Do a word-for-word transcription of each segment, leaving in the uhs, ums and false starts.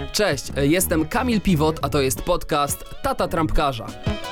Cześć, jestem Kamil Piwot, a to jest podcast Tata Trampkarza.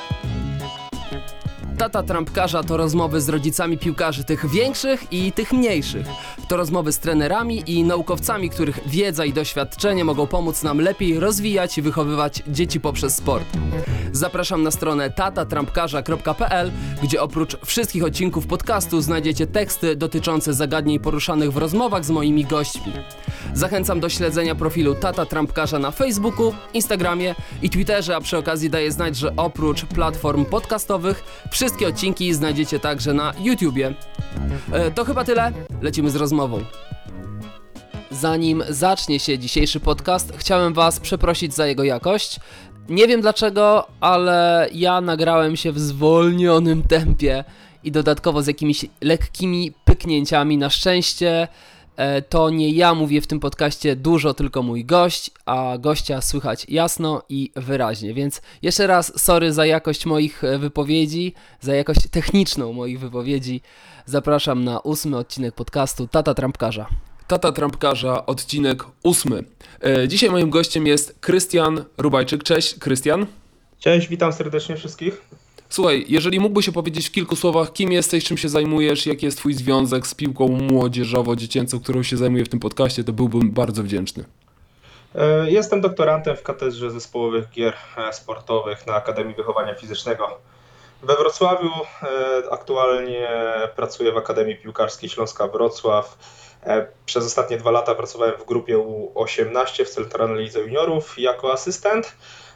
Tata Trampkarza to rozmowy z rodzicami piłkarzy, tych większych i tych mniejszych. To rozmowy z trenerami i naukowcami, których wiedza i doświadczenie mogą pomóc nam lepiej rozwijać i wychowywać dzieci poprzez sport. Zapraszam na stronę tata trampkarza kropka p l, gdzie oprócz wszystkich odcinków podcastu znajdziecie teksty dotyczące zagadnień poruszanych w rozmowach z moimi gośćmi. Zachęcam do śledzenia profilu Tata Trampkarza na Facebooku, Instagramie i Twitterze, a przy okazji daję znać, że oprócz platform podcastowych wszystkie odcinki znajdziecie także na YouTubie. E, to chyba tyle, lecimy z rozmową. Zanim zacznie się dzisiejszy podcast, chciałem Was przeprosić za jego jakość. Nie wiem dlaczego, ale ja nagrałem się w zwolnionym tempie i dodatkowo z jakimiś lekkimi pyknięciami. Na szczęście e, to nie ja mówię w tym podcaście dużo, tylko mój gość, a gościa słychać jasno i wyraźnie. Więc jeszcze raz sorry za jakość moich wypowiedzi, za jakość techniczną moich wypowiedzi. Zapraszam na ósmy odcinek podcastu Tata Trampkarza. Tata Trampkarza, odcinek ósmy. E, dzisiaj moim gościem jest Krystian Rubajczyk. Cześć, Krystian. Cześć, witam serdecznie wszystkich. Słuchaj, jeżeli mógłbyś opowiedzieć w kilku słowach, kim jesteś, czym się zajmujesz, jaki jest twój związek z piłką młodzieżowo-dziecięcą, którą się zajmuję w tym podcaście, to byłbym bardzo wdzięczny. E, Jestem doktorantem w katedrze zespołowych gier e, sportowych na Akademii Wychowania Fizycznego we Wrocławiu. E, Aktualnie pracuję w Akademii Piłkarskiej Śląska Wrocław. E, Przez ostatnie dwa lata pracowałem w grupie U osiemnaście w Centralnej Lidze Juniorów jako asystent.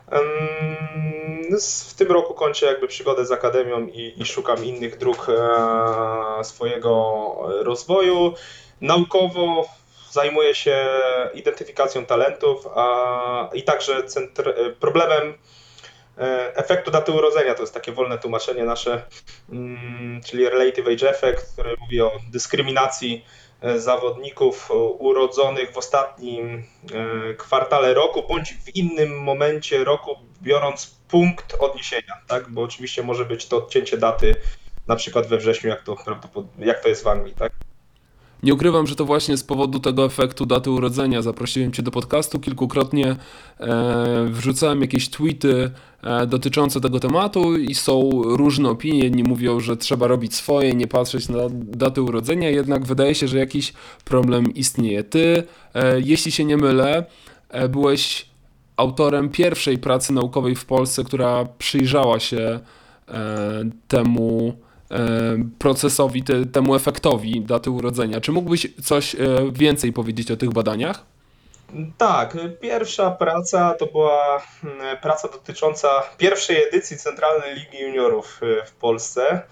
Em, W tym roku kończę jakby przygodę z Akademią i, i szukam innych dróg e, swojego rozwoju. Naukowo zajmuję się identyfikacją talentów, a i także centr- problemem e, efektu daty urodzenia. To jest takie wolne tłumaczenie nasze, mm, czyli Relative Age Effect, który mówi o dyskryminacji e, zawodników e, urodzonych w ostatnim e, kwartale roku, bądź w innym momencie roku, biorąc punkt odniesienia, tak? Bo oczywiście może być to odcięcie daty na przykład we wrześniu, jak to, prawdopod- jak to jest w Anglii, tak? Nie ukrywam, że to właśnie z powodu tego efektu daty urodzenia zaprosiłem Cię do podcastu. Kilkukrotnie e, wrzucałem jakieś tweety e, dotyczące tego tematu i są różne opinie. Jedni mówią, że trzeba robić swoje, nie patrzeć na daty urodzenia, jednak wydaje się, że jakiś problem istnieje. Ty, e, jeśli się nie mylę, e, byłeś autorem pierwszej pracy naukowej w Polsce, która przyjrzała się e, temu procesowi, te, temu efektowi daty urodzenia. Czy mógłbyś coś więcej powiedzieć o tych badaniach? Tak, pierwsza praca to była praca dotycząca pierwszej edycji Centralnej Ligi Juniorów w Polsce.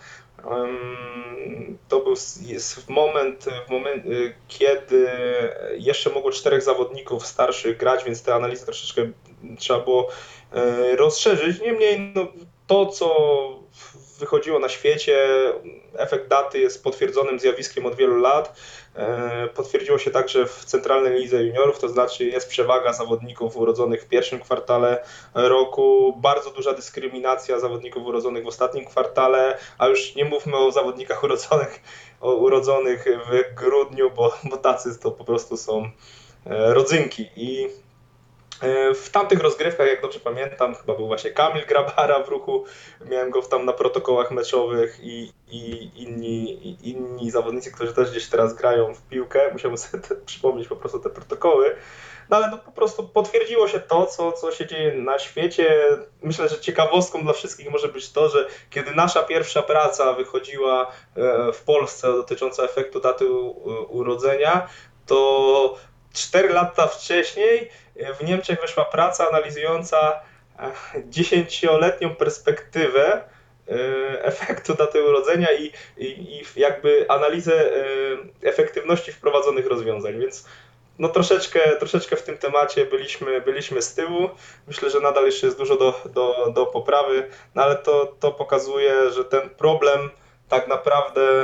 To był jest moment, w moment, kiedy jeszcze mogło czterech zawodników starszych grać, więc te analizy troszeczkę trzeba było rozszerzyć. Niemniej no, to, co wychodziło na świecie, efekt daty jest potwierdzonym zjawiskiem od wielu lat. Potwierdziło się także w Centralnej Lidze Juniorów, to znaczy jest przewaga zawodników urodzonych w pierwszym kwartale roku, bardzo duża dyskryminacja zawodników urodzonych w ostatnim kwartale, a już nie mówmy o zawodnikach urodzonych, o urodzonych w grudniu, bo, bo tacy to po prostu są rodzynki. I w tamtych rozgrywkach, jak dobrze pamiętam, chyba był właśnie Kamil Grabara w Ruchu, miałem go tam na protokołach meczowych i, i inni, i inni zawodnicy, którzy też gdzieś teraz grają w piłkę, musiałbym sobie te, przypomnieć po prostu te protokoły, no ale no po prostu potwierdziło się to, co, co się dzieje na świecie. Myślę, że ciekawostką dla wszystkich może być to, że kiedy nasza pierwsza praca wychodziła w Polsce dotycząca efektu daty urodzenia, to cztery lata wcześniej w Niemczech wyszła praca analizująca dziesięcioletnią perspektywę efektu daty urodzenia i, i, i jakby analizę efektywności wprowadzonych rozwiązań, więc no troszeczkę, troszeczkę w tym temacie byliśmy, byliśmy z tyłu. Myślę, że nadal jeszcze jest dużo do, do, do poprawy, no ale to, to pokazuje, że ten problem tak naprawdę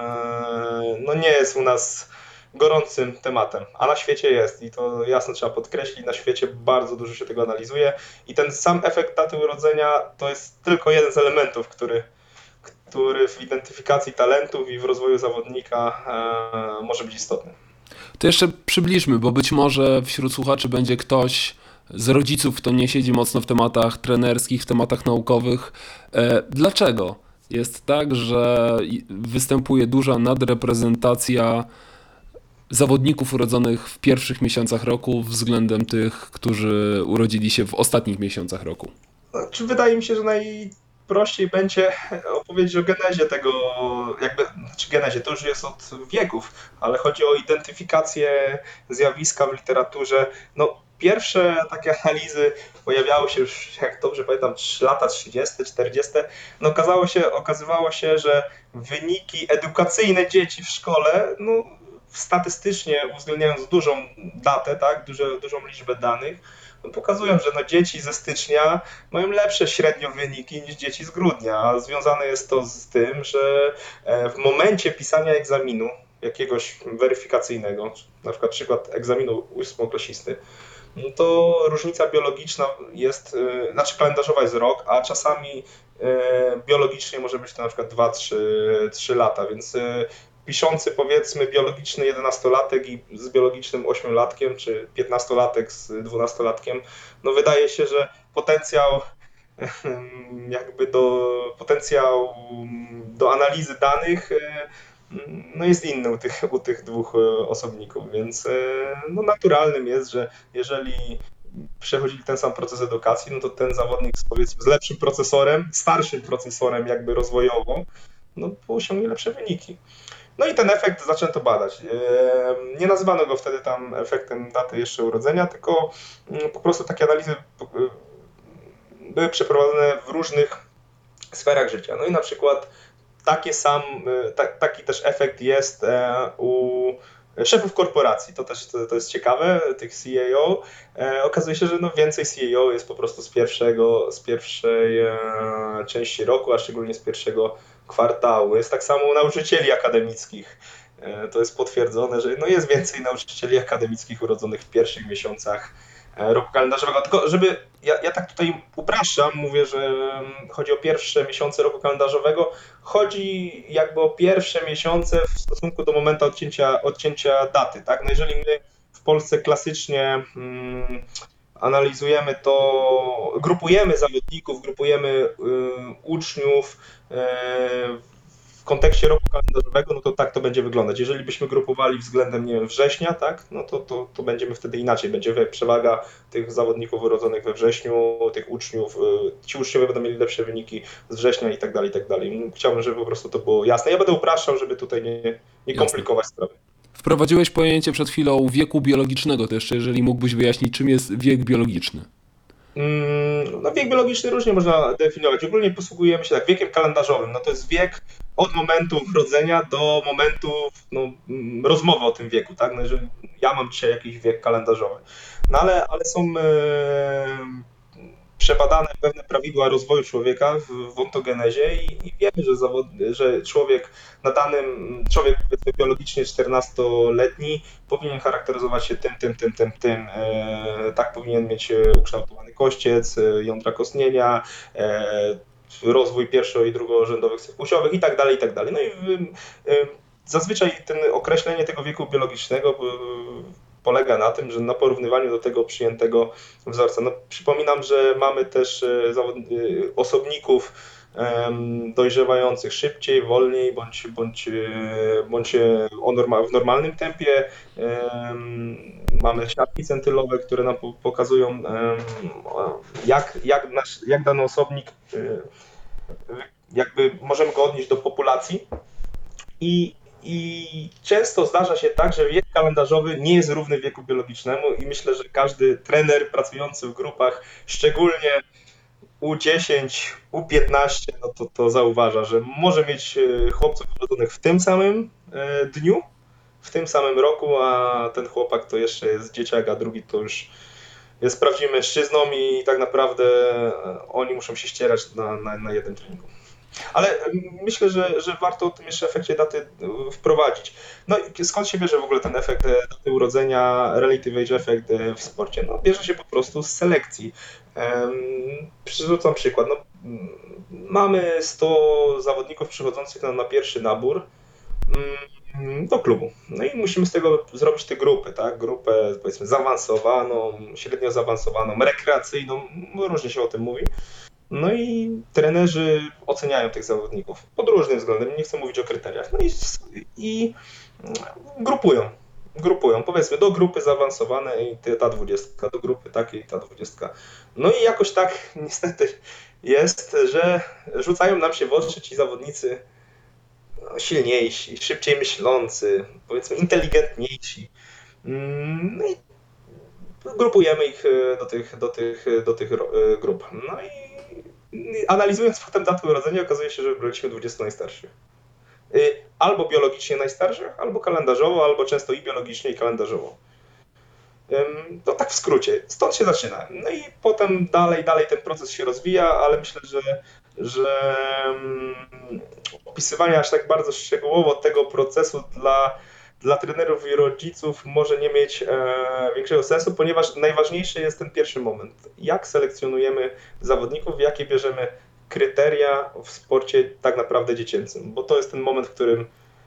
no nie jest u nas gorącym tematem, a na świecie jest i to jasno trzeba podkreślić, na świecie bardzo dużo się tego analizuje i ten sam efekt daty urodzenia to jest tylko jeden z elementów, który, który w identyfikacji talentów i w rozwoju zawodnika e, może być istotny. To jeszcze przybliżmy, bo być może wśród słuchaczy będzie ktoś, z rodziców, kto nie siedzi mocno w tematach trenerskich, w tematach naukowych. E, Dlaczego jest tak, że i- występuje duża nadreprezentacja zawodników urodzonych w pierwszych miesiącach roku względem tych, którzy urodzili się w ostatnich miesiącach roku? Znaczy, wydaje mi się, że najprościej będzie opowiedzieć o genezie tego, jakby, znaczy genezie, to już jest od wieków, ale chodzi o identyfikację zjawiska w literaturze. No, pierwsze takie analizy pojawiały się już, jak dobrze pamiętam, trzy lata trzydzieste, czterdzieste. No, okazało się, okazywało się, że wyniki edukacyjne dzieci w szkole, no, statystycznie uwzględniając dużą datę, tak, duże, dużą liczbę danych, no, pokazują, że no, dzieci ze stycznia mają lepsze średnio wyniki niż dzieci z grudnia. A związane jest to z tym, że e, w momencie pisania egzaminu jakiegoś weryfikacyjnego, na przykład przykład egzaminu ósmoklasisty, no to różnica biologiczna jest, e, znaczy kalendarzowa jest rok, a czasami e, biologicznie może być to na przykład dwa trzy lata, więc e, piszący powiedzmy biologiczny jedenastolatek i z biologicznym ośmiolatkiem, czy piętnastolatek z dwunastolatkiem, no wydaje się, że potencjał jakby do potencjał do analizy danych e, no jest inny u tych, u tych dwóch e, osobników, więc e, no naturalnym jest, że jeżeli przechodzili ten sam proces edukacji, no to ten zawodnik z, powiedzmy z lepszym procesorem, starszym procesorem jakby rozwojowo, no osiągnie lepsze wyniki. No i ten efekt zaczęto badać. E, Nie nazywano go wtedy tam efektem daty jeszcze urodzenia, tylko mm, po prostu takie analizy e, były przeprowadzone w różnych sferach życia. No i na przykład taki sam, e, ta, taki też efekt jest e, u szefów korporacji. To też to, to jest ciekawe, tych C E O. E, okazuje się, że no więcej C E O jest po prostu z pierwszego, z pierwszej e, części roku, a szczególnie z pierwszego kwartału. Jest tak samo u nauczycieli akademickich. E, to jest potwierdzone, że no jest więcej nauczycieli akademickich urodzonych w pierwszych miesiącach e, roku kalendarzowego. Tylko żeby, ja, ja tak tutaj upraszczam, mówię, że mm, chodzi o pierwsze miesiące roku kalendarzowego. Chodzi jakby o pierwsze miesiące w stosunku do momentu odcięcia, odcięcia daty, tak? No jeżeli my w Polsce klasycznie mm, analizujemy to, grupujemy zawodników, grupujemy y, uczniów y, w kontekście roku kalendarzowego, no to tak to będzie wyglądać. Jeżeli byśmy grupowali względem, nie wiem, września, tak, no to, to, to będziemy wtedy inaczej. Będzie przewaga tych zawodników urodzonych we wrześniu, tych uczniów, y, ci uczniowie będą mieli lepsze wyniki z września i tak dalej, i tak dalej. Chciałbym, żeby po prostu to było jasne. Ja będę upraszczał, żeby tutaj nie, nie Jasne. komplikować sprawy. Wprowadziłeś pojęcie przed chwilą wieku biologicznego, to jeszcze jeżeli mógłbyś wyjaśnić, czym jest wiek biologiczny. Mm, No, wiek biologiczny różnie można definiować. Ogólnie posługujemy się tak wiekiem kalendarzowym. No to jest wiek od momentu urodzenia do momentu no, mm, rozmowy o tym wieku, tak? No jeżeli ja mam dzisiaj jakiś wiek kalendarzowy. No ale, ale są e, przebadane pewne prawidła rozwoju człowieka w, w ontogenezie i, i wiemy, że, zawod, że człowiek na danym, człowiek powiedzmy biologicznie czternastoletni powinien charakteryzować się tym, tym, tym, tym, tym. E, tak powinien mieć e, ukształtowany kościec, e, jądra kostnienia, e, rozwój pierwszo- i drugorzędowych cech płciowych i tak dalej, i tak dalej. No i e, zazwyczaj ten określenie tego wieku biologicznego e, polega na tym, że na porównywaniu do tego przyjętego wzorca. No, przypominam, że mamy też e, zawod- e, osobników em, dojrzewających szybciej, wolniej, bądź, bądź, e, bądź e, o norma- w normalnym tempie. Em, Mamy siatki centylowe, które nam po- pokazują, em, o, jak, jak, nasz, jak dany osobnik, e, jakby możemy go odnieść do populacji. I, I często zdarza się tak, że wiek kalendarzowy nie jest równy wieku biologicznemu i myślę, że każdy trener pracujący w grupach, szczególnie U dziesięć, U piętnaście, no to, to zauważa, że może mieć e, chłopców urodzonych w tym samym e, dniu, w tym samym roku, a ten chłopak to jeszcze jest dzieciak, a drugi to już jest prawdziwym mężczyzną i tak naprawdę e, oni muszą się ścierać na, na, na jednym treningu. Ale myślę, że, że warto o tym jeszcze efekcie daty e, wprowadzić. No i skąd się bierze w ogóle ten efekt e, daty urodzenia, relative age effect e, w sporcie? No bierze się po prostu z selekcji. Em, Przyrzucam przykład. No, mm, mamy sto zawodników przychodzących na, na pierwszy nabór. Mm, mm, do klubu. No i musimy z tego zrobić te grupy, tak? Grupę powiedzmy zaawansowaną, średnio zaawansowaną, rekreacyjną, no różnie się o tym mówi. No i trenerzy oceniają tych zawodników pod różnym względem, nie chcę mówić o kryteriach. No i, i grupują. Grupują, powiedzmy, do grupy zaawansowanej ty- ta dwudziestka, do grupy takiej ta dwudziestka. No i jakoś tak niestety jest, że rzucają nam się w oczy ci zawodnicy no, silniejsi, szybciej myślący, powiedzmy inteligentniejsi. Mm, No i grupujemy ich e, do tych, do tych, do tych ro- e, grup. No i i analizując potem datę urodzenia, okazuje się, że wybraliśmy dwudziestu najstarszych. Y, Albo biologicznie najstarszych, albo kalendarzowo, albo często i biologicznie, i kalendarzowo. Ym, To tak w skrócie. Stąd się zaczyna. No i potem dalej, dalej ten proces się rozwija, ale myślę, że, że mm, opisywanie aż tak bardzo szczegółowo tego procesu dla, dla trenerów i rodziców może nie mieć e, większego sensu, ponieważ najważniejszy jest ten pierwszy moment. Jak selekcjonujemy zawodników, jakie bierzemy kryteria w sporcie tak naprawdę dziecięcym, bo to jest ten moment, w którym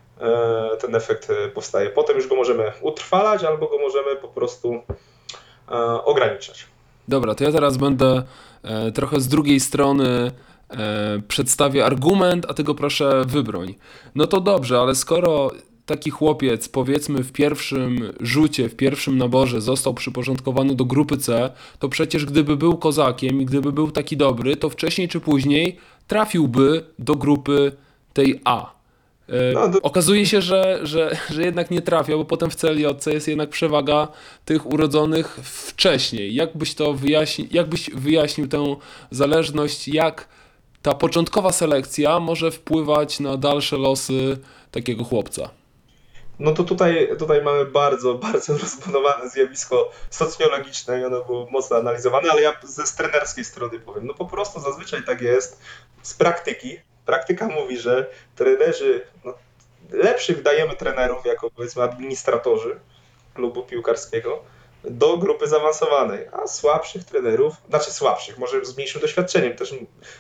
e, ten efekt e, powstaje. Potem już go możemy utrwalać albo go możemy po prostu e, ograniczać. Dobra, to ja teraz będę e, trochę z drugiej strony e, przedstawię argument, a ty go proszę wybroń. No to dobrze, ale skoro taki chłopiec, powiedzmy w pierwszym rzucie, w pierwszym naborze został przyporządkowany do grupy C, to przecież gdyby był kozakiem i gdyby był taki dobry, to wcześniej czy później trafiłby do grupy tej A. E, No, do, Okazuje się, że, że, że jednak nie trafia, bo potem w C L J C jest jednak przewaga tych urodzonych wcześniej. Jak byś to wyjaśni, jak byś wyjaśnił tę zależność, jak ta początkowa selekcja może wpływać na dalsze losy takiego chłopca? no to tutaj, tutaj mamy bardzo, bardzo rozbudowane zjawisko socjologiczne i ono było mocno analizowane, ale ja ze z trenerskiej strony powiem. No po prostu zazwyczaj tak jest z praktyki. Praktyka mówi, że trenerzy, no, lepszych dajemy trenerów jako powiedzmy administratorzy klubu piłkarskiego do grupy zaawansowanej, a słabszych trenerów, znaczy słabszych, może z mniejszym doświadczeniem, też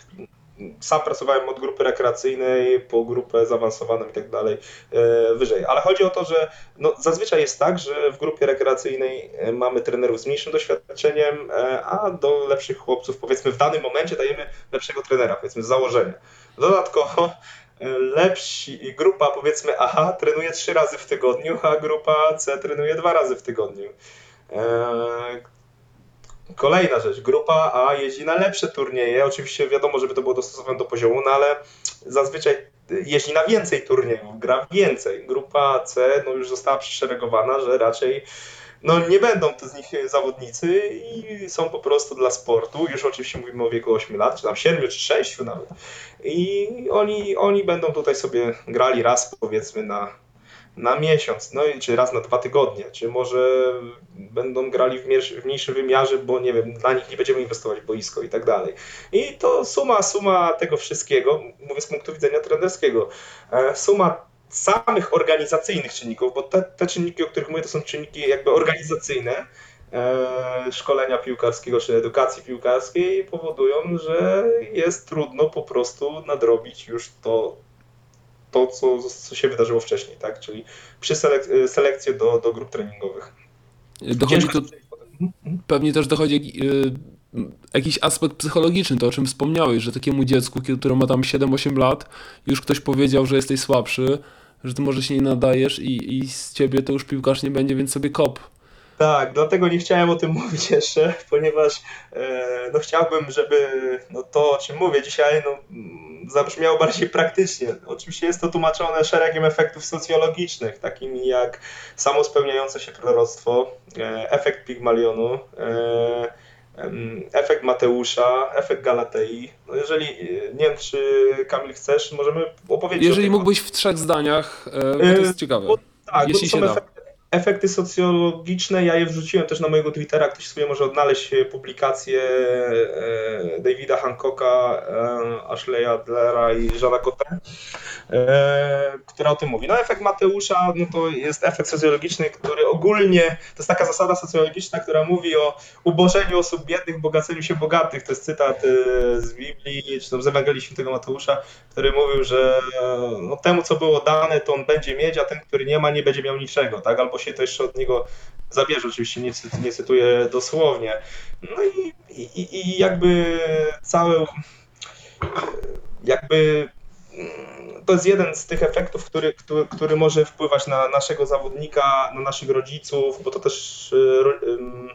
sam pracowałem od grupy rekreacyjnej po grupę zaawansowaną i tak dalej e, wyżej. Ale chodzi o to, że no, zazwyczaj jest tak, że w grupie rekreacyjnej e, mamy trenerów z mniejszym doświadczeniem, e, a do lepszych chłopców powiedzmy w danym momencie dajemy lepszego trenera, powiedzmy z założenia. Dodatkowo e, lepsi, grupa powiedzmy A trenuje trzy razy w tygodniu, a grupa C trenuje dwa razy w tygodniu. E, Kolejna rzecz, grupa A jeździ na lepsze turnieje, oczywiście wiadomo, żeby to było dostosowane do poziomu, no ale zazwyczaj jeździ na więcej turniejów, gra więcej. Grupa C no już została przeszeregowana, że raczej no nie będą to z nich zawodnicy i są po prostu dla sportu, już oczywiście mówimy o wieku ośmiu lat, czy tam siedmiu, czy sześciu nawet. I oni, oni będą tutaj sobie grali raz powiedzmy na na miesiąc, no i czy raz na dwa tygodnie, czy może będą grali w, mniejszy, w mniejszym wymiarze, bo nie wiem, dla nich nie będziemy inwestować w boisko i tak dalej. I to suma, suma tego wszystkiego, mówię z punktu widzenia trenerskiego, e, suma samych organizacyjnych czynników, bo te, te czynniki, o których mówię, to są czynniki jakby organizacyjne, e, szkolenia piłkarskiego czy edukacji piłkarskiej powodują, że jest trudno po prostu nadrobić już to, to, co, co się wydarzyło wcześniej, tak? Czyli przy selek- selekcję do, do grup treningowych. Dochodzi Ciężko tu, pewnie też dochodzi y, jakiś aspekt psychologiczny, to o czym wspomniałeś, że takiemu dziecku, które ma tam siedem osiem lat, już ktoś powiedział, że jesteś słabszy, że ty może się nie nadajesz i, i z ciebie to już piłkarz nie będzie, więc sobie kop. Tak, dlatego nie chciałem o tym mówić jeszcze, ponieważ e, no chciałbym, żeby no to, o czym mówię dzisiaj, no, mm, zabrzmiało bardziej praktycznie. Oczywiście jest to tłumaczone szeregiem efektów socjologicznych, takimi jak samospełniające się proroctwo, e, efekt Pigmalionu, e, em, efekt Mateusza, efekt Galatei. No jeżeli, e, nie wiem, czy Kamil chcesz, możemy opowiedzieć o Jeżeli tym. mógłbyś w trzech zdaniach, y, bo to E, jest ciekawe, bo, tak, bo to jeśli są się da. efekty, efekty socjologiczne. Ja je wrzuciłem też na mojego Twittera. Ktoś sobie może odnaleźć e, publikację e, Davida Hancocka, e, Ashleya Adlera i Jeana Cotta. e, która o tym mówi. No efekt Mateusza, no to jest efekt socjologiczny, który ogólnie, to jest taka zasada socjologiczna, która mówi o ubożeniu osób biednych, bogaceniu się bogatych. To jest cytat e, z Biblii, czy tam z Ewangelii Świętego Mateusza, który mówił, że no, temu, co było dane, to on będzie mieć, a ten, który nie ma, nie będzie miał niczego, tak? Albo się to jeszcze od niego zabierze, oczywiście nie, cy- nie cytuję dosłownie. No i, i, i jakby cały, jakby mm, to jest jeden z tych efektów, który, który, który może wpływać na naszego zawodnika, na naszych rodziców, bo to też y, ro- ym,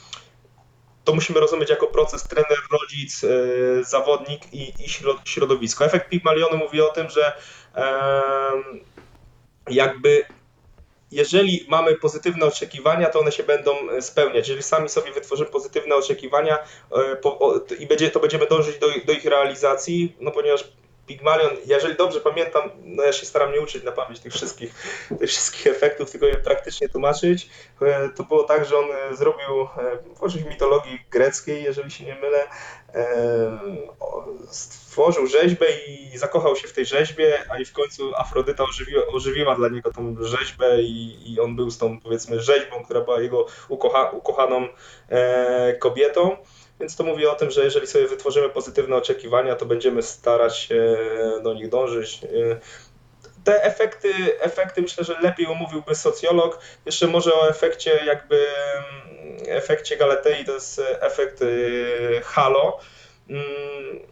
to musimy rozumieć jako proces trener, rodzic, y, zawodnik i, i środ- środowisko. Efekt Pygmalionu mówi o tym, że em, jakby jeżeli mamy pozytywne oczekiwania, to one się będą e, spełniać. Jeżeli sami sobie wytworzymy pozytywne oczekiwania e, po, o, i będzie, to będziemy dążyć do, do ich realizacji, no ponieważ Pygmalion, jeżeli dobrze pamiętam, no ja się staram nie uczyć na pamięć tych wszystkich, tych wszystkich efektów, tylko je praktycznie tłumaczyć, e, to było tak, że on e, zrobił, e, w mitologii greckiej, jeżeli się nie mylę, e, o- stworzył rzeźbę i zakochał się w tej rzeźbie, a i w końcu Afrodyta ożywiła, ożywiła dla niego tą rzeźbę i, i on był z tą, powiedzmy, rzeźbą, która była jego ukocha, ukochaną e, kobietą. Więc to mówi o tym, że jeżeli sobie wytworzymy pozytywne oczekiwania, to będziemy starać się do nich dążyć. E, Te efekty, efekty myślę, że lepiej omówiłby socjolog. Jeszcze może o efekcie jakby mm, efekcie Galetei, to jest efekt e, halo. Mm,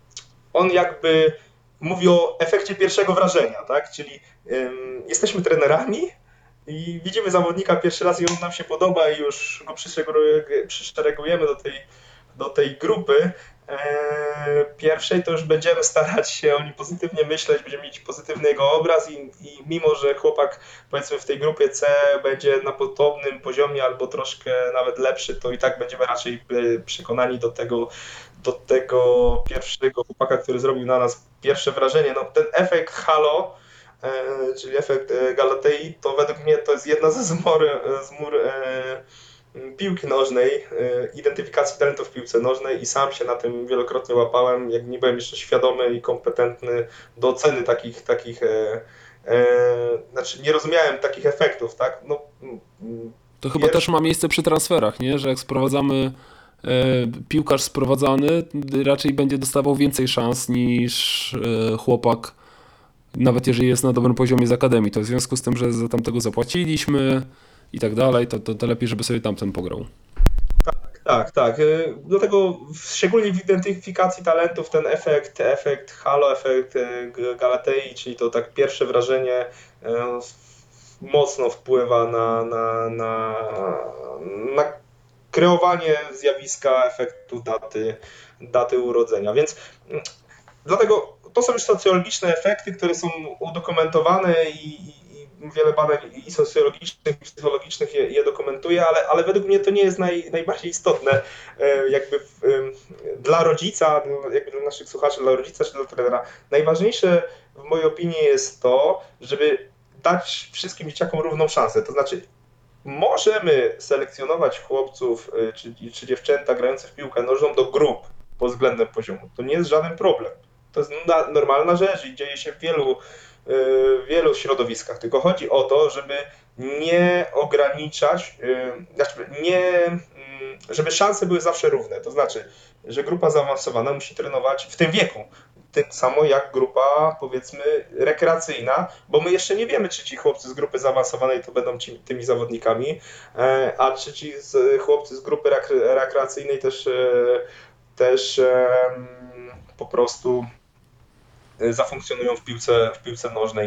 On jakby mówi o efekcie pierwszego wrażenia, tak? Czyli ym, jesteśmy trenerami i widzimy zawodnika pierwszy raz i on nam się podoba i już go przyszeregu- przyszeregujemy do tej, do tej grupy e, pierwszej, to już będziemy starać się o nim pozytywnie myśleć, będziemy mieć pozytywny jego obraz i, i mimo, że chłopak powiedzmy w tej grupie C będzie na podobnym poziomie albo troszkę nawet lepszy, to i tak będziemy raczej e, przekonani do tego, do tego pierwszego chłopaka, który zrobił na nas pierwsze wrażenie. No, ten efekt halo, e, czyli efekt e, Galatei, to według mnie to jest jedna ze zmor, e, zmór e, piłki nożnej, e, identyfikacji talentów w piłce nożnej i sam się na tym wielokrotnie łapałem, jak nie byłem jeszcze świadomy i kompetentny do oceny takich, takich e, e, znaczy nie rozumiałem takich efektów, tak? No, mm, To chyba Wiesz- też ma miejsce przy transferach, nie? Że jak sprowadzamy e, piłkarz sprowadzany, raczej będzie dostawał więcej szans niż e, chłopak, nawet jeżeli jest na dobrym poziomie z akademii. To w związku z tym, że za tamtego zapłaciliśmy i tak dalej, to, to, to lepiej, żeby sobie tamten pograł. Tak, tak. Y, Dlatego w- szczególnie w identyfikacji talentów ten efekt, efekt halo, efekt y, G- Galatei, czyli to tak pierwsze wrażenie y, mocno wpływa na, na, na, na kreowanie zjawiska efektu daty, daty urodzenia. Więc mm, dlatego to są już socjologiczne efekty, które są udokumentowane i, i i wiele badań i socjologicznych, i psychologicznych je, je dokumentuje, ale, ale według mnie to nie jest naj, najbardziej istotne e, jakby w, em, dla rodzica, jakby dla naszych słuchaczy, dla rodzica czy dla trenera. Najważniejsze w mojej opinii jest to, żeby dać wszystkim dzieciakom równą szansę. To znaczy możemy selekcjonować chłopców y, czy, czy dziewczęta grające w piłkę nożną do grup pod względem poziomu. To nie jest żaden problem. To jest na, normalna rzecz i dzieje się w wielu, y, w wielu środowiskach. Tylko chodzi o to, żeby nie ograniczać, y, znaczy nie, mm, żeby szanse były zawsze równe. To znaczy, że grupa zaawansowana musi trenować w tym wieku. Tak samo jak grupa, powiedzmy, rekreacyjna, bo my jeszcze nie wiemy, czy ci chłopcy z grupy zaawansowanej to będą ci, tymi zawodnikami, e, a czy ci z, chłopcy z grupy rekre, rekreacyjnej też, e, też e, po prostu zafunkcjonują w piłce, w piłce nożnej.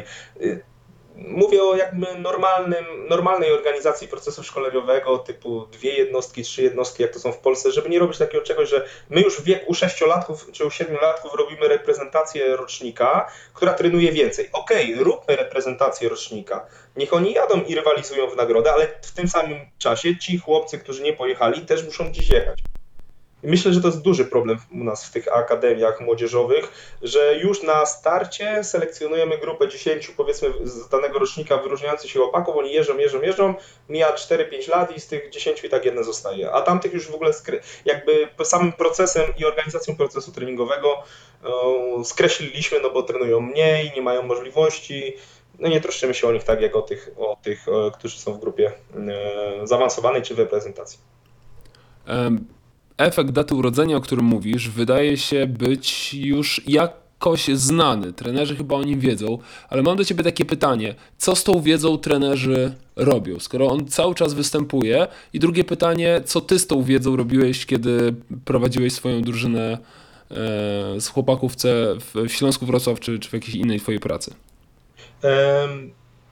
Mówię o jakby normalnym, normalnej organizacji procesu szkoleniowego, typu dwie jednostki, trzy jednostki, jak to są w Polsce, żeby nie robić takiego czegoś, że my już w wieku sześciolatków czy u siedmiolatków robimy reprezentację rocznika, która trenuje więcej. Okej, róbmy reprezentację rocznika. Niech oni jadą i rywalizują w nagrodę, ale w tym samym czasie ci chłopcy, którzy nie pojechali, też muszą gdzieś jechać. I myślę, że to jest duży problem u nas w tych akademiach młodzieżowych, że już na starcie selekcjonujemy grupę dziesięciu, powiedzmy, z danego rocznika wyróżniających się chłopaków, oni jeżdżą, jeżdżą, jeżdżą, mija cztery pięć lat i z tych dziesięciu i tak jeden zostaje. A tamtych już w ogóle skre- jakby po samym procesem i organizacją procesu treningowego e, skreśliliśmy, no bo trenują mniej, nie mają możliwości, no nie troszczymy się o nich tak jak o tych, o tych e, którzy są w grupie e, zaawansowanej czy w reprezentacji. Em, Efekt daty urodzenia, o którym mówisz, wydaje się być już jakoś znany. Trenerzy chyba o nim wiedzą, ale mam do ciebie takie pytanie. Co z tą wiedzą trenerzy robią, skoro on cały czas występuje? I drugie pytanie, co ty z tą wiedzą robiłeś, kiedy prowadziłeś swoją drużynę e, z chłopaków w, C- w Śląsku Wrocław, czy, czy w jakiejś innej twojej pracy? Em,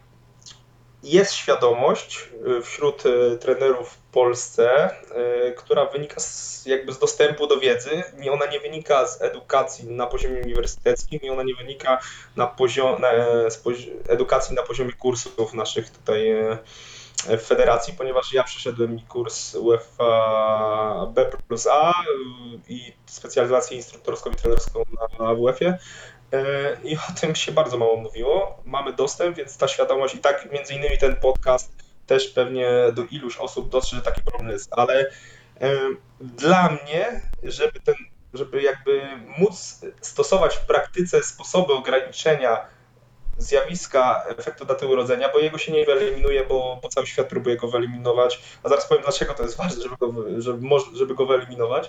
Jest świadomość y, wśród y, trenerów w Polsce, y, która wynika z, jakby z dostępu do wiedzy. Nie, ona nie wynika z edukacji na poziomie uniwersyteckim i ona nie wynika na poziom, na, z pozi- edukacji na poziomie kursów naszych tutaj e, w federacji, ponieważ ja przeszedłem kurs UEFA B plus A y, i specjalizację instruktorską i trenerską na A W F-ie. E, I o tym się bardzo mało mówiło. Mamy dostęp, więc ta świadomość i tak między innymi ten podcast też pewnie do iluś osób dotrze, że taki problem jest, ale e, dla mnie, żeby ten, żeby jakby móc stosować w praktyce sposoby ograniczenia zjawiska efektu daty urodzenia, bo jego się nie wyeliminuje, bo, bo cały świat próbuje go wyeliminować, a zaraz powiem dlaczego to jest ważne, żeby go, wy- żeby, moż- żeby go wyeliminować.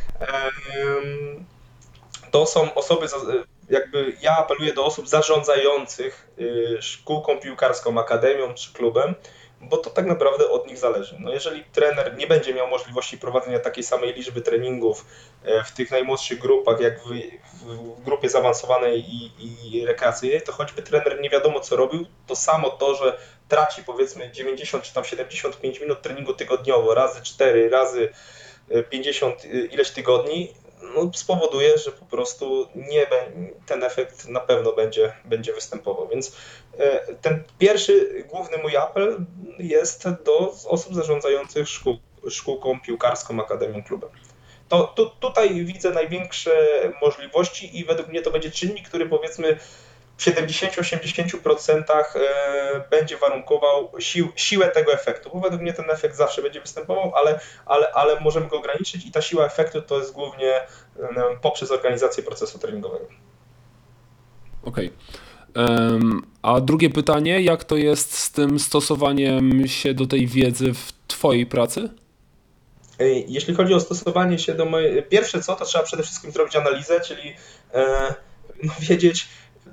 Em, To są osoby, za- jakby ja apeluję do osób zarządzających y, szkółką piłkarską, akademią czy klubem, bo to tak naprawdę od nich zależy. No jeżeli trener nie będzie miał możliwości prowadzenia takiej samej liczby treningów e, w tych najmłodszych grupach, jak w, w grupie zaawansowanej i, i rekreacyjnej, to choćby trener nie wiadomo co robił, to samo to, że traci powiedzmy dziewięćdziesiąt czy tam siedemdziesiąt pięć minut treningu tygodniowo, razy cztery, razy pięćdziesiąt ileś tygodni, no, spowoduje, że po prostu nie bę- ten efekt na pewno będzie, będzie występował. Więc e, ten pierwszy główny mój apel jest do osób zarządzających szkół, szkółką piłkarską, akademią, klubem. To tu, tutaj widzę największe możliwości i według mnie to będzie czynnik, który powiedzmy w siedemdziesiąt do osiemdziesięciu procent będzie warunkował sił, siłę tego efektu, bo według mnie ten efekt zawsze będzie występował, ale, ale, ale możemy go ograniczyć i ta siła efektu to jest głównie em, poprzez organizację procesu treningowego. Okej. Em, A drugie pytanie, jak to jest z tym stosowaniem się do tej wiedzy w twojej pracy? Ej, Jeśli chodzi o stosowanie się do mojej... Pierwsze co, to trzeba przede wszystkim zrobić analizę, czyli e, no, wiedzieć,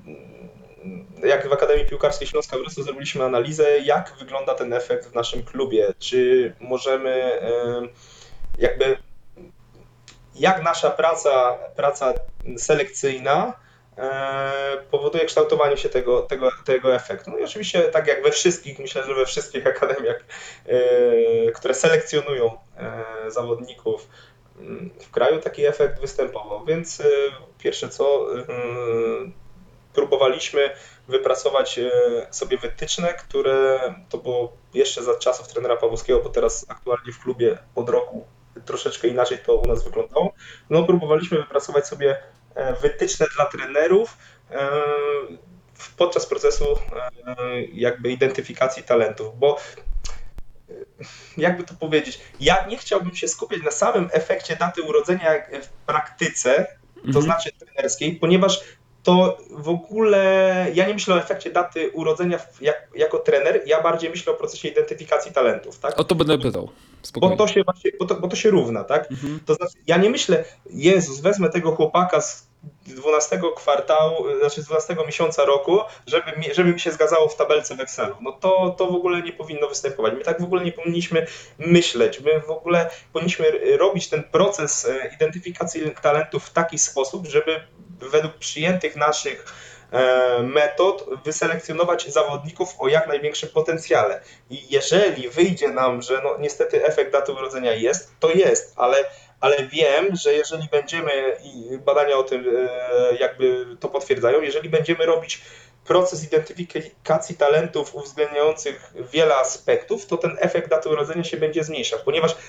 jak w Akademii Piłkarskiej Śląska Wrocław zrobiliśmy analizę, jak wygląda ten efekt w naszym klubie, czy możemy e, jakby jak nasza praca, praca selekcyjna e, powoduje kształtowanie się tego, tego, tego efektu. No i oczywiście tak jak we wszystkich, myślę, że we wszystkich akademiach, e, które selekcjonują e, zawodników m, w kraju, taki efekt występował. Więc e, pierwsze co, e, próbowaliśmy wypracować e, sobie wytyczne, które to było jeszcze za czasów trenera Pawłowskiego, bo teraz aktualnie w klubie od roku troszeczkę inaczej to u nas wyglądało. No, próbowaliśmy wypracować sobie e, wytyczne dla trenerów e, w- podczas procesu e, jakby identyfikacji talentów, bo jakby to powiedzieć, ja nie chciałbym się skupiać na samym efekcie daty urodzenia jak w praktyce, to Mhm. znaczy trenerskiej, ponieważ to w ogóle, ja nie myślę o efekcie daty urodzenia w- jak, jako trener, ja bardziej myślę o procesie identyfikacji talentów, tak? O to będę pytał. Bo Spokojnie. to się właśnie, bo to, bo to się równa, tak? Mhm. To znaczy, ja nie myślę, Jezus, wezmę tego chłopaka z dwunastego kwartału, znaczy z dwunastego miesiąca roku, żeby mi, żeby mi się zgadzało w tabelce w Excelu. No to, to w ogóle nie powinno występować. My tak w ogóle nie powinniśmy myśleć. My w ogóle powinniśmy robić ten proces e, identyfikacji talentów w taki sposób, żeby według przyjętych naszych e, metod wyselekcjonować zawodników o jak największym potencjale. I jeżeli wyjdzie nam, że no niestety efekt daty urodzenia jest, to jest, ale, ale wiem, że jeżeli będziemy, i badania o tym e, jakby to potwierdzają, jeżeli będziemy robić proces identyfikacji talentów uwzględniających wiele aspektów, to ten efekt daty urodzenia się będzie zmniejszał, ponieważ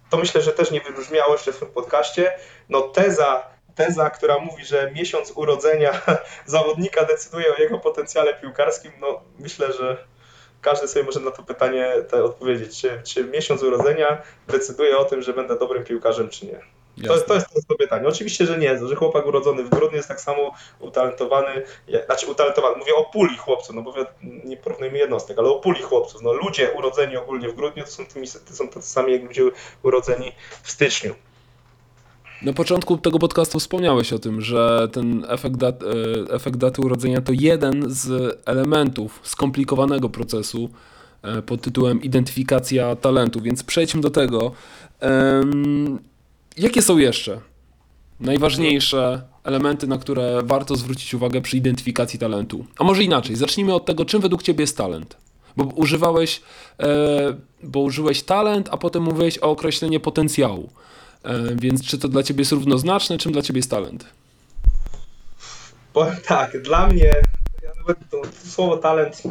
to myślę, że też nie wybrzmiało jeszcze w tym podcaście, no teza, teza, która mówi, że miesiąc urodzenia zawodnika decyduje o jego potencjale piłkarskim, no myślę, że każdy sobie może na to pytanie te odpowiedzieć, czy, czy miesiąc urodzenia decyduje o tym, że będę dobrym piłkarzem, czy nie. To jest, to jest to pytanie. Oczywiście, że nie, że chłopak urodzony w grudniu jest tak samo utalentowany, znaczy utalentowany, mówię o puli chłopców, no bo nie porównujmy jednostek, ale o puli chłopców. No ludzie urodzeni ogólnie w grudniu to są, tymi, to są tacy sami jak ludzie urodzeni w styczniu. Na początku tego podcastu wspomniałeś o tym, że ten efekt, dat, efekt daty urodzenia to jeden z elementów skomplikowanego procesu pod tytułem identyfikacja talentu, więc przejdźmy do tego. Um, jakie są jeszcze najważniejsze elementy, na które warto zwrócić uwagę przy identyfikacji talentu? A może inaczej, zacznijmy od tego, czym według ciebie jest talent? Bo używałeś, e, bo użyłeś talent, a potem mówiłeś o określeniu potencjału. Więc czy to dla ciebie jest równoznaczne, czym dla ciebie jest talent? Powiem tak, dla mnie, ja nawet to, to słowo talent,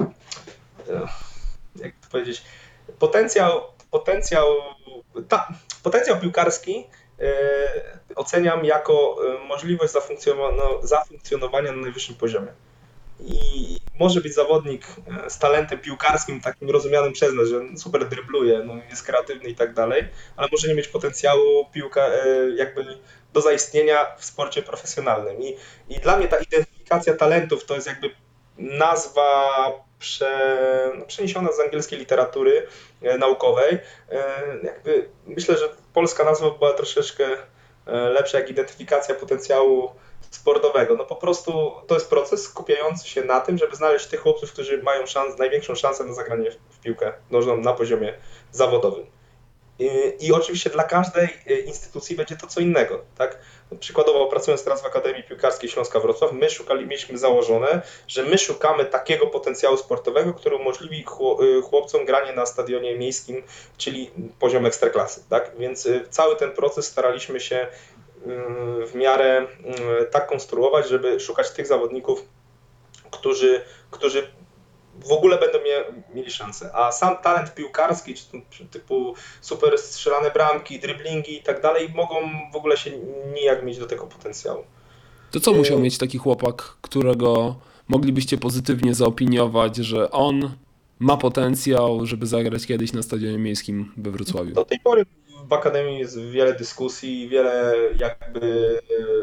jak to powiedzieć, potencjał, potencjał, ta, potencjał piłkarski e, oceniam jako możliwość zafunkcjonowania, zafunkcjonowania na najwyższym poziomie. I może być zawodnik z talentem piłkarskim, takim rozumianym przez nas, że super drybluje, no jest kreatywny i tak dalej, ale może nie mieć potencjału piłka jakby do zaistnienia w sporcie profesjonalnym. I, i dla mnie ta identyfikacja talentów to jest jakby nazwa prze, no, przeniesiona z angielskiej literatury naukowej. Jakby myślę, że polska nazwa była troszeczkę lepsza jak identyfikacja potencjału sportowego. No po prostu to jest proces skupiający się na tym, żeby znaleźć tych chłopców, którzy mają szans, największą szansę na zagranie w piłkę nożną na poziomie zawodowym. I, I oczywiście dla każdej instytucji będzie to co innego, tak? Przykładowo pracując teraz w Akademii Piłkarskiej Śląska Wrocław, my szukali, mieliśmy założone, że my szukamy takiego potencjału sportowego, który umożliwi chłopcom granie na stadionie miejskim, czyli poziom ekstraklasy, tak? Więc cały ten proces staraliśmy się w miarę tak konstruować, żeby szukać tych zawodników, którzy, którzy w ogóle będą mie mieli szansę. A sam talent piłkarski, czy typu super strzelane bramki, driblingi i tak dalej, mogą w ogóle się nijak mieć do tego potencjału. To co musiał mieć taki chłopak, którego moglibyście pozytywnie zaopiniować, że on ma potencjał, żeby zagrać kiedyś na stadionie miejskim we Wrocławiu? Do tej pory w Akademii jest wiele dyskusji, wiele jakby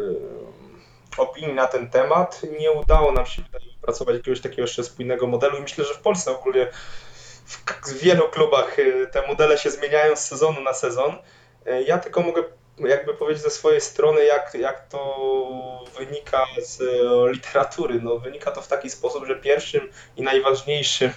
opinii na ten temat. Nie udało nam się wypracować jakiegoś takiego jeszcze spójnego modelu i myślę, że w Polsce ogólnie w wielu klubach te modele się zmieniają z sezonu na sezon. Ja tylko mogę jakby powiedzieć ze swojej strony, jak, jak to wynika z literatury. No, wynika to w taki sposób, że pierwszym i najważniejszym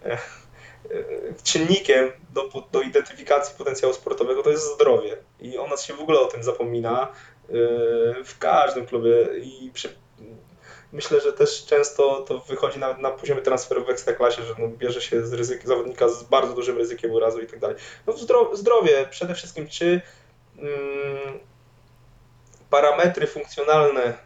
czynnikiem do, do identyfikacji potencjału sportowego to jest zdrowie. I o nas się w ogóle o tym zapomina w każdym klubie i przy, myślę, że też często to wychodzi na, na poziomie transferu w Ekstraklasie, że no, bierze się z ryzyk, zawodnika z bardzo dużym ryzykiem urazu i tak dalej. No zdrowie, zdrowie przede wszystkim, czy mm, parametry funkcjonalne y,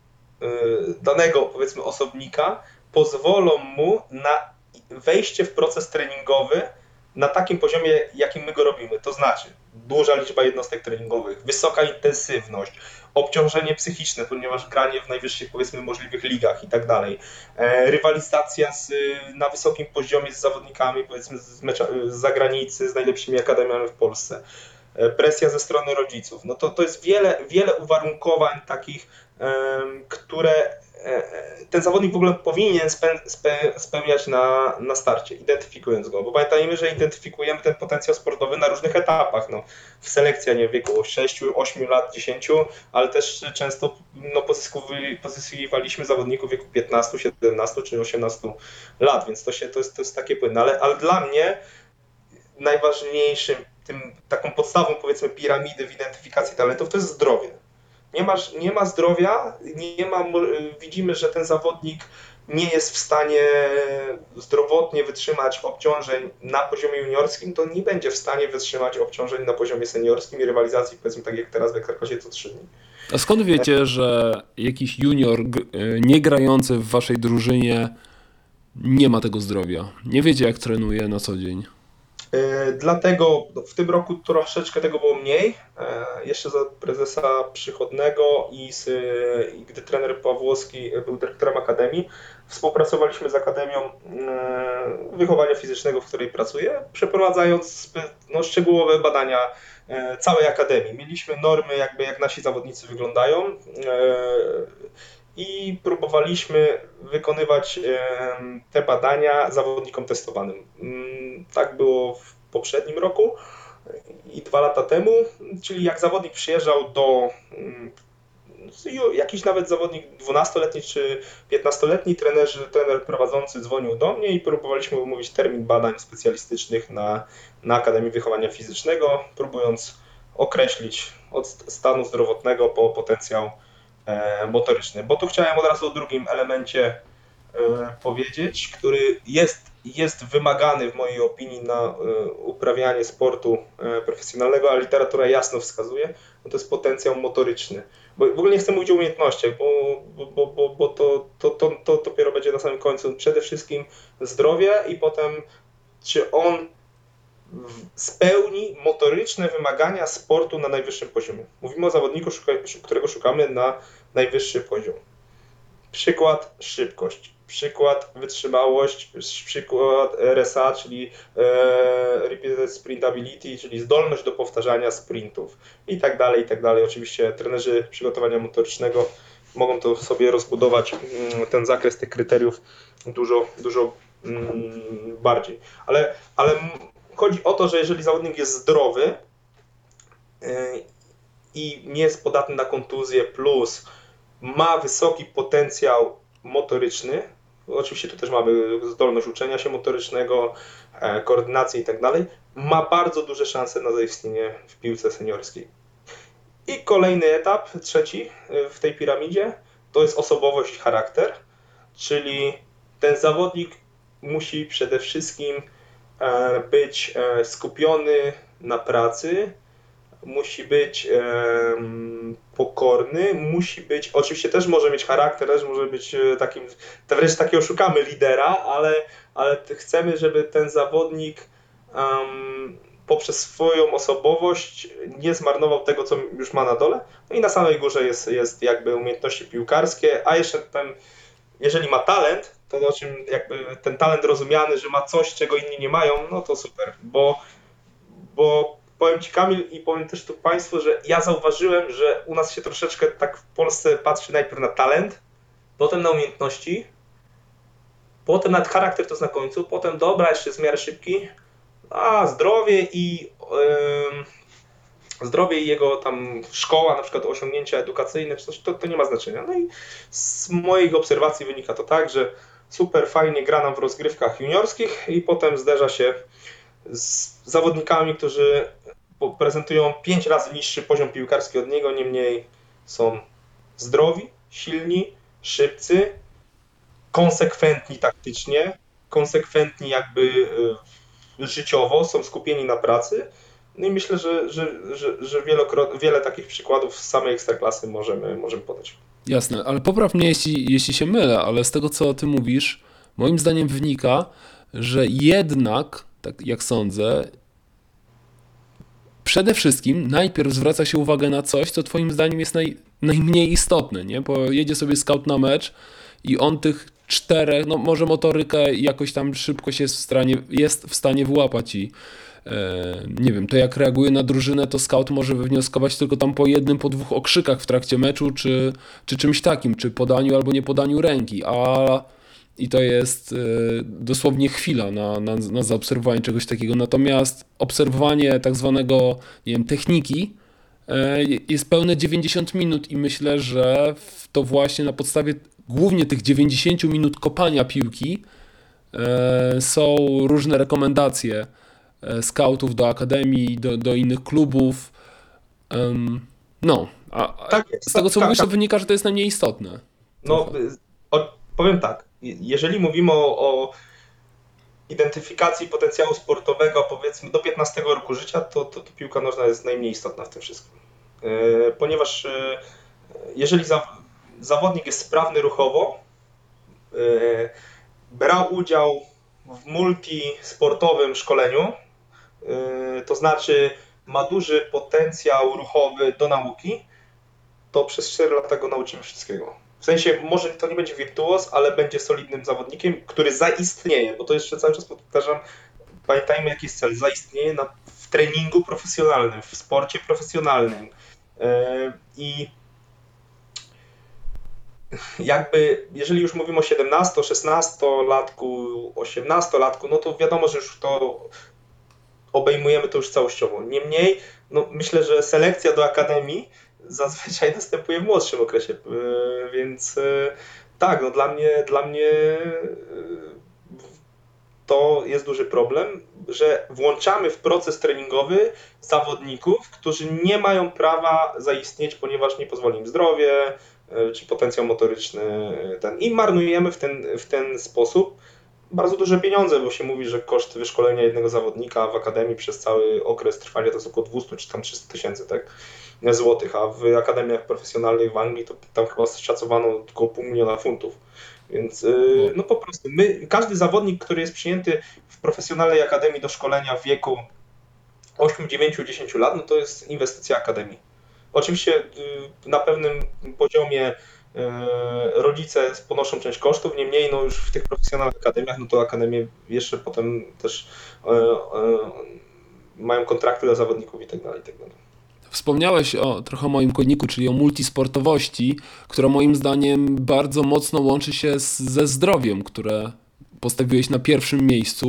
danego powiedzmy osobnika pozwolą mu na wejście w proces treningowy na takim poziomie, jakim my go robimy. To znaczy duża liczba jednostek treningowych, wysoka intensywność, obciążenie psychiczne, ponieważ granie w najwyższych powiedzmy możliwych ligach i tak dalej, rywalizacja z, na wysokim poziomie z zawodnikami powiedzmy z, mecza, z zagranicy, z najlepszymi akademiami w Polsce, presja ze strony rodziców. No to, to jest wiele, wiele uwarunkowań takich, um, które ten zawodnik w ogóle powinien spe, spe, spełniać na, na starcie, identyfikując go. Bo pamiętajmy, że identyfikujemy ten potencjał sportowy na różnych etapach. No, w selekcji, nie w wieku sześciu, ośmiu lat, dziesięciu, ale też często no, pozyskiwaliśmy zawodników w wieku piętnastu, siedemnastu czy osiemnastu lat, więc to, się, to, jest, to jest takie płynne. Ale, ale dla mnie najważniejszym, tym, taką podstawą powiedzmy piramidy w identyfikacji talentów to jest zdrowie. Nie ma, nie ma zdrowia, nie ma, widzimy, że ten zawodnik nie jest w stanie zdrowotnie wytrzymać obciążeń na poziomie juniorskim, to nie będzie w stanie wytrzymać obciążeń na poziomie seniorskim i rywalizacji, powiedzmy tak jak teraz w Ekstraklasie co trzy dni. A skąd wiecie, że jakiś junior nie grający w waszej drużynie nie ma tego zdrowia? Nie wiecie, jak trenuje na co dzień? E, Dlatego w tym roku troszeczkę tego było mniej. E, Jeszcze za prezesa Przychodnego i, z, i gdy trener Pawłowski był dyrektorem Akademii, współpracowaliśmy z Akademią e, Wychowania Fizycznego, w której pracuję, przeprowadzając spe- no, szczegółowe badania e, całej Akademii. Mieliśmy normy, jakby jak nasi zawodnicy wyglądają. e, I próbowaliśmy wykonywać em, te badania zawodnikom testowanym. Mm, Tak było w poprzednim roku i dwa lata temu, czyli jak zawodnik przyjeżdżał do mm, jakiś nawet zawodnik dwunastoletni czy piętnastoletni, trenerzy, trener prowadzący dzwonił do mnie i próbowaliśmy umówić termin badań specjalistycznych na, na Akademii Wychowania Fizycznego, próbując określić od stanu zdrowotnego po potencjał e, motoryczny. Bo tu chciałem od razu o drugim elemencie e, powiedzieć, który jest, jest wymagany w mojej opinii na e, uprawianie sportu e, profesjonalnego, a literatura jasno wskazuje, no to jest potencjał motoryczny. Bo w ogóle nie chcę mówić o umiejętnościach, bo, bo, bo, bo to, to, to, to dopiero będzie na samym końcu. Przede wszystkim zdrowie i potem czy on spełni motoryczne wymagania sportu na najwyższym poziomie. Mówimy o zawodniku, którego szukamy na najwyższy poziom. Przykład szybkość, przykład wytrzymałość, przykład R S A, czyli e, Repeated Sprint Ability, czyli zdolność do powtarzania sprintów i tak dalej, i tak dalej. Oczywiście trenerzy przygotowania motorycznego mogą to sobie rozbudować, mm, ten zakres tych kryteriów dużo, dużo mm, bardziej. Ale, ale chodzi o to, że jeżeli zawodnik jest zdrowy e, i nie jest podatny na kontuzję, plus ma wysoki potencjał motoryczny, oczywiście tu też mamy zdolność uczenia się motorycznego, e, koordynacji i tak dalej, ma bardzo duże szanse na zaistnienie w piłce seniorskiej. I kolejny etap, trzeci e, w tej piramidzie, to jest osobowość i charakter, czyli ten zawodnik musi przede wszystkim e, być e, skupiony na pracy, musi być em, pokorny, musi być, oczywiście też może mieć charakter, też może być e, takim, to wręcz takiego szukamy lidera, ale, ale chcemy, żeby ten zawodnik em, poprzez swoją osobowość nie zmarnował tego, co już ma na dole. No i na samej górze jest, jest jakby umiejętności piłkarskie, a jeszcze ten, jeżeli ma talent, to o czym jakby ten talent rozumiany, że ma coś, czego inni nie mają, no to super, bo, bo powiem Ci, Kamil, i powiem też tu Państwu, że ja zauważyłem, że u nas się troszeczkę tak w Polsce patrzy najpierw na talent, potem na umiejętności, potem na charakter, to jest na końcu, potem dobra, jeszcze jest w miarę szybki, a zdrowie i ym, zdrowie i jego tam szkoła, na przykład osiągnięcia edukacyjne, czy coś, to, to nie ma znaczenia. No i z moich obserwacji wynika to tak, że super fajnie gra nam w rozgrywkach juniorskich i potem zderza się z zawodnikami, którzy prezentują pięć razy niższy poziom piłkarski od niego, niemniej są zdrowi, silni, szybcy, konsekwentni taktycznie, konsekwentni jakby y, życiowo, są skupieni na pracy. No i myślę, że, że, że, że wielokrot, wiele takich przykładów z samej Ekstraklasy możemy, możemy podać. Jasne, ale popraw mnie, jeśli, jeśli się mylę, ale z tego, co ty mówisz, moim zdaniem wynika, że jednak, tak jak sądzę, przede wszystkim najpierw zwraca się uwagę na coś, co twoim zdaniem jest naj, najmniej istotne, nie? Bo jedzie sobie scout na mecz i on tych czterech, no może motorykę i jakoś tam szybkość jest w stanie, jest w stanie wyłapać i e, nie wiem, to jak reaguje na drużynę, to scout może wywnioskować tylko tam po jednym, po dwóch okrzykach w trakcie meczu, czy, czy czymś takim, czy podaniu albo nie podaniu ręki, a i to jest y, dosłownie chwila na, na, na zaobserwowanie czegoś takiego. Natomiast obserwowanie tak zwanego, nie wiem, techniki y, jest pełne dziewięćdziesiąt minut i myślę, że w to właśnie na podstawie głównie tych dziewięćdziesiąt minut kopania piłki y, są różne rekomendacje y, scoutów do akademii, do, do innych klubów. Ym, no, a, a Tak jest, z tego co tak, mówisz, tak. to wynika, że to jest najmniej istotne. No, Trochę. y, o, powiem tak, jeżeli mówimy o, o identyfikacji potencjału sportowego, powiedzmy do piętnastego roku życia, to, to, to piłka nożna jest najmniej istotna w tym wszystkim. Yy, ponieważ yy, jeżeli za, zawodnik jest sprawny ruchowo, yy, brał udział w multisportowym szkoleniu, yy, to znaczy ma duży potencjał ruchowy do nauki, to przez cztery lata go nauczymy wszystkiego. W sensie może to nie będzie wirtuoz, ale będzie solidnym zawodnikiem, który zaistnieje, bo to jeszcze cały czas powtarzam, pamiętajmy jaki jest cel, zaistnieje na, w treningu profesjonalnym, w sporcie profesjonalnym. Yy, I jakby, jeżeli już mówimy o siedemnasto szesnastolatku, osiemnastolatku, no to wiadomo, że już to obejmujemy to już całościowo. Niemniej, no myślę, że selekcja do akademii zazwyczaj następuje w młodszym okresie, yy, więc yy, tak, no dla mnie, dla mnie yy, to jest duży problem, że włączamy w proces treningowy zawodników, którzy nie mają prawa zaistnieć, ponieważ nie pozwoli im zdrowie, yy, czy potencjał motoryczny ten, i marnujemy w ten, w ten sposób bardzo duże pieniądze, bo się mówi, że koszt wyszkolenia jednego zawodnika w akademii przez cały okres trwania to jest około dwieście czy tam trzysta tysięcy, tak, złotych, a w akademiach profesjonalnych w Anglii to tam chyba szacowano około pół miliona funtów. Więc yy, no po prostu my, każdy zawodnik, który jest przyjęty w profesjonalnej akademii do szkolenia w wieku osiem, dziewięć, dziesięć lat, no to jest inwestycja akademii. Oczywiście yy, na pewnym poziomie rodzice ponoszą część kosztów, niemniej no już w tych profesjonalnych akademiach, no to akademie jeszcze potem też e, e, mają kontrakty dla zawodników i tak dalej, i tak dalej. Wspomniałeś o trochę o moim kodniku, czyli o multisportowości, która moim zdaniem bardzo mocno łączy się z, ze zdrowiem, które postawiłeś na pierwszym miejscu.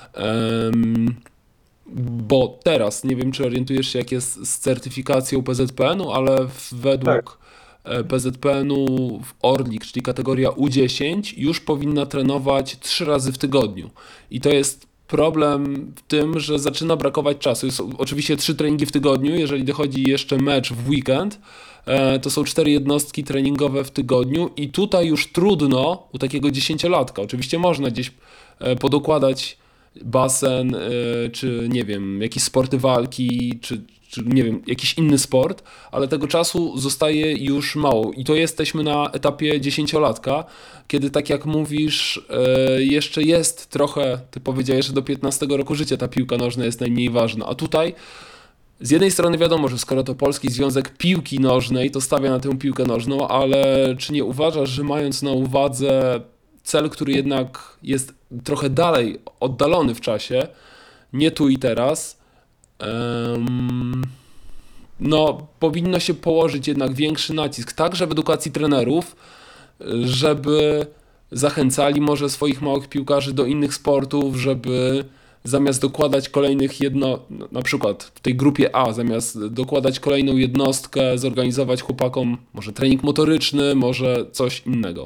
Um, bo teraz, nie wiem czy orientujesz się jak jest z certyfikacją P Z P N-u, ale według Tak. P Z P N-u w Orlik, czyli kategoria U dziesięć, już powinna trenować trzy razy w tygodniu. I to jest problem w tym, że zaczyna brakować czasu. Jest oczywiście trzy treningi w tygodniu, jeżeli dochodzi jeszcze mecz w weekend, to są cztery jednostki treningowe w tygodniu i tutaj już trudno u takiego dziesięciolatka. Oczywiście można gdzieś podokładać basen, czy nie wiem, jakieś sporty walki, czy, czy nie wiem, jakiś inny sport, ale tego czasu zostaje już mało. I to jesteśmy na etapie dziesięciolatka, kiedy tak jak mówisz, jeszcze jest trochę, ty powiedziałeś, że do piętnastego roku życia ta piłka nożna jest najmniej ważna, a tutaj z jednej strony wiadomo, że skoro to Polski Związek Piłki Nożnej, to stawia na tę piłkę nożną, ale czy nie uważasz, że mając na uwadze cel, który jednak jest trochę dalej, oddalony w czasie, nie tu i teraz, um, no powinno się położyć jednak większy nacisk, także w edukacji trenerów, żeby zachęcali może swoich małych piłkarzy do innych sportów, żeby zamiast dokładać kolejnych jedno, na przykład w tej grupie A, zamiast dokładać kolejną jednostkę, zorganizować chłopakom może trening motoryczny, może coś innego.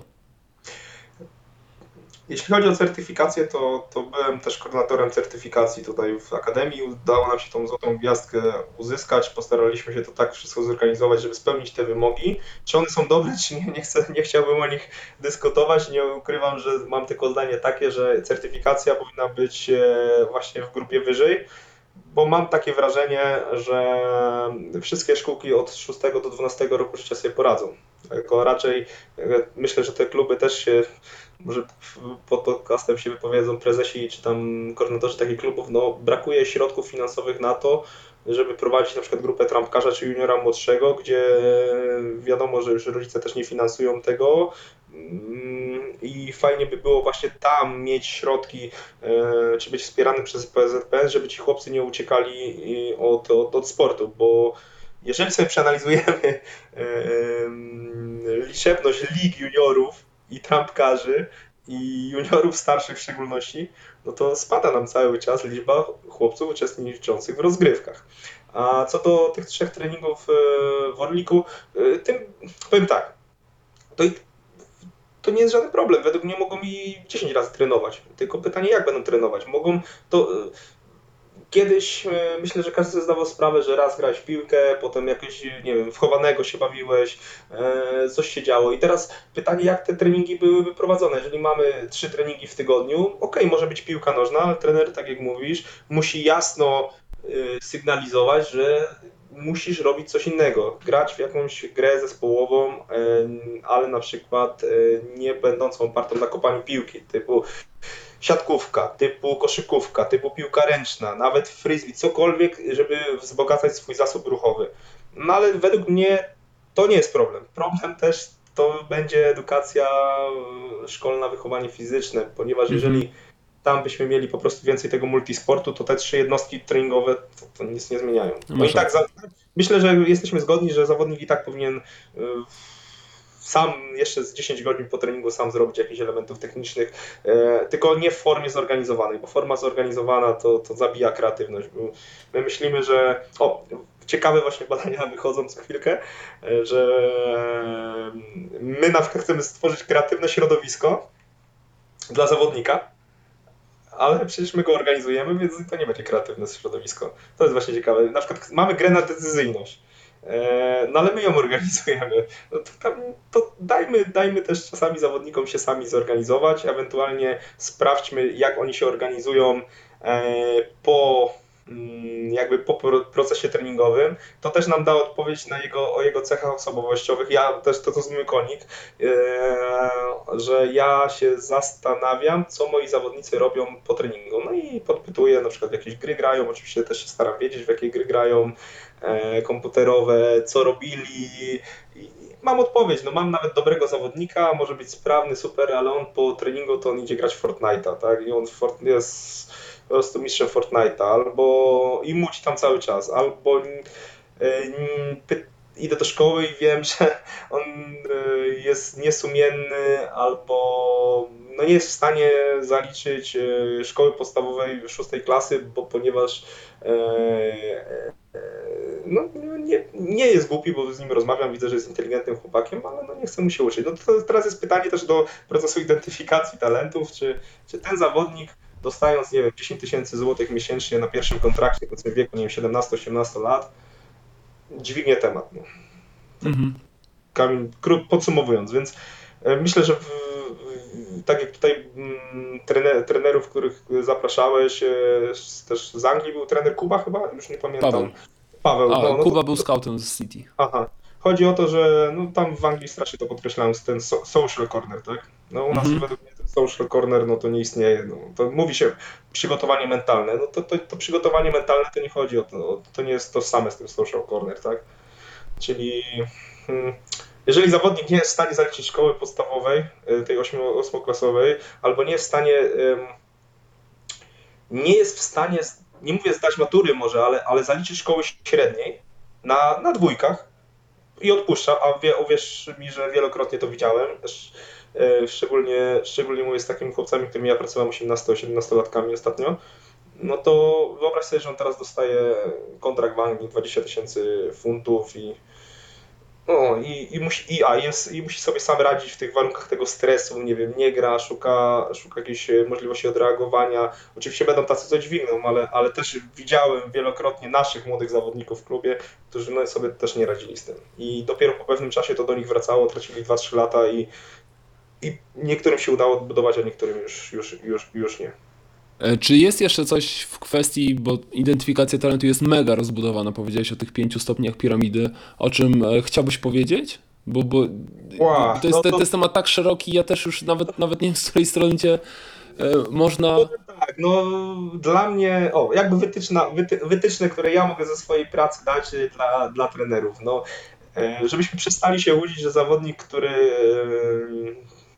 Jeśli chodzi o certyfikację, to, to byłem też koordynatorem certyfikacji tutaj w Akademii. Udało nam się tą złotą gwiazdkę uzyskać. Postaraliśmy się to tak wszystko zorganizować, żeby spełnić te wymogi. Czy one są dobre, czy nie, nie, chcę, nie chciałbym o nich dyskutować. Nie ukrywam, że mam tylko zdanie takie, że certyfikacja powinna być właśnie w grupie wyżej, bo mam takie wrażenie, że wszystkie szkółki od szóstego do dwunastego roku życia sobie poradzą. Tylko raczej myślę, że te kluby też się, może pod podcastem się wypowiedzą prezesi czy tam koordynatorzy takich klubów, no brakuje środków finansowych na to, żeby prowadzić na przykład grupę trampkarza czy juniora młodszego, gdzie wiadomo, że już rodzice też nie finansują tego i fajnie by było właśnie tam mieć środki, czy być wspierany przez P Z P N, żeby ci chłopcy nie uciekali od, od, od sportu, bo jeżeli sobie przeanalizujemy liczebność lig juniorów i trampkarzy i juniorów starszych w szczególności, no to spada nam cały czas liczba chłopców uczestniczących w rozgrywkach. A co do tych trzech treningów w Orliku, tym powiem tak, to, to nie jest żaden problem. Według mnie mogą i dziesięć razy trenować. Tylko pytanie, jak będą trenować? Mogą to... Kiedyś myślę, że każdy sobie zdawał sprawę, że raz grałeś w piłkę, potem jakoś, nie wiem, w chowanego się bawiłeś, coś się działo. I teraz pytanie, jak te treningi byłyby prowadzone? Jeżeli mamy trzy treningi w tygodniu, okej, może być piłka nożna, ale trener, tak jak mówisz, musi jasno sygnalizować, że musisz robić coś innego. Grać w jakąś grę zespołową, ale na przykład nie będącą opartą na kopaniu piłki, typu siatkówka, typu koszykówka, typu piłka ręczna, nawet frisbee, cokolwiek, żeby wzbogacać swój zasób ruchowy. No ale według mnie to nie jest problem. Problem też to będzie edukacja szkolna, wychowanie fizyczne, ponieważ Mhm. jeżeli tam byśmy mieli po prostu więcej tego multisportu, to te trzy jednostki treningowe to, to nic nie zmieniają. No No i masz tak, rację. za, myślę, że jesteśmy zgodni, że zawodnik i tak powinien y, sam jeszcze z dziesięć godzin po treningu sam zrobić jakichś elementów technicznych, e, tylko nie w formie zorganizowanej, bo forma zorganizowana to, to zabija kreatywność. Bo my myślimy, że o, ciekawe właśnie badania wychodzą co chwilkę, e, że my na przykład chcemy stworzyć kreatywne środowisko dla zawodnika, ale przecież my go organizujemy, więc to nie będzie kreatywne środowisko. To jest właśnie ciekawe. Na przykład mamy grę na decyzyjność, e, no ale my ją organizujemy. No to, tam, to dajmy, dajmy też czasami zawodnikom się sami zorganizować, ewentualnie sprawdźmy, jak oni się organizują e, po mm, jakby po pro- procesie treningowym. To też nam da odpowiedź na jego, o jego cechach osobowościowych. Ja też, to to jest mój konik, e, że ja się zastanawiam, co moi zawodnicy robią po treningu. No i podpytuję, na przykład w jakieś gry grają, oczywiście też się staram wiedzieć, w jakie gry grają, e, komputerowe, co robili. I mam odpowiedź, no mam nawet dobrego zawodnika, może być sprawny, super, ale on po treningu to on idzie grać w Fortnite'a, tak? I on w Fort- jest po prostu mistrzem Fortnite'a, albo i muci tam cały czas, albo e, py- idę do szkoły i wiem, że on e, jest niasumienny, albo no nie jest w stanie zaliczyć e, szkoły podstawowej szóstej klasy, bo ponieważ e, e, no, nie, nie jest głupi, bo z nim rozmawiam, widzę, że jest inteligentnym chłopakiem, ale no nie chcę mu się uczyć. No to teraz jest pytanie też do procesu identyfikacji talentów, czy, czy ten zawodnik dostając, nie wiem, dziesięć tysięcy złotych miesięcznie na pierwszym kontrakcie, powiedzmy w wieku, nie wiem, siedemnaście osiemnaście lat, dźwignie temat. No. Mhm. Kamil, kró- podsumowując, więc e, myślę, że w, w, tak jak tutaj mm, trener, trenerów, których zapraszałeś, e, z- też z Anglii był trener Kuba chyba, już nie Paweł. pamiętam. Paweł, A, no, no to, Kuba był scoutem z City. aha. Chodzi o to, że no, tam w Anglii strasznie to podkreślają, ten so, social corner, tak? No u nas Mhm. według mnie ten social corner no, to nie istnieje. No, to mówi się przygotowanie mentalne. No to, to, to przygotowanie mentalne to nie chodzi o to, to nie jest to same z tym social corner, tak? Czyli hmm, jeżeli zawodnik nie jest w stanie zaliczyć szkoły podstawowej, y, tej ośmiu- ósmoklasowej, albo nie jest w stanie, ym, nie jest w stanie, nie mówię zdać matury może, ale, ale zaliczyć szkoły średniej na, na dwójkach, i odpuszczam, a wie, uwierz mi, że wielokrotnie to widziałem. Też, e, szczególnie, szczególnie mówię z takimi chłopcami, którymi ja pracowałem osiemnasto-siedemnastolatkami ostatnio. No to wyobraź sobie, że on teraz dostaje kontrakt w Anglii dwadzieścia tysięcy funtów i, no, i, i, musi, i, a jest, i musi sobie sam radzić w tych warunkach tego stresu, nie wiem, nie gra, szuka, szuka jakiejś e, możliwości odreagowania. Oczywiście będą tacy, co dźwigną, ale, ale też widziałem wielokrotnie naszych młodych zawodników w klubie, którzy no, sobie też nie radzili z tym. I dopiero po pewnym czasie to do nich wracało, tracili dwa trzy lata i, i niektórym się udało odbudować, a niektórym już, już, już, już nie. E, Czy jest jeszcze coś w kwestii, bo identyfikacja talentu jest mega rozbudowana, powiedziałeś o tych pięciu stopniach piramidy, o czym e, chciałbyś powiedzieć? Bo, bo Ła, to jest, no to, to to jest temat tak szeroki, ja też już nawet, nawet nie wiem, z której strony cię e, można... tak, no dla mnie, o, jakby wytyczna, wyty, wytyczne, które ja mogę ze swojej pracy dać y, dla, dla trenerów, no, e, żebyśmy przestali się łudzić, że zawodnik, który e,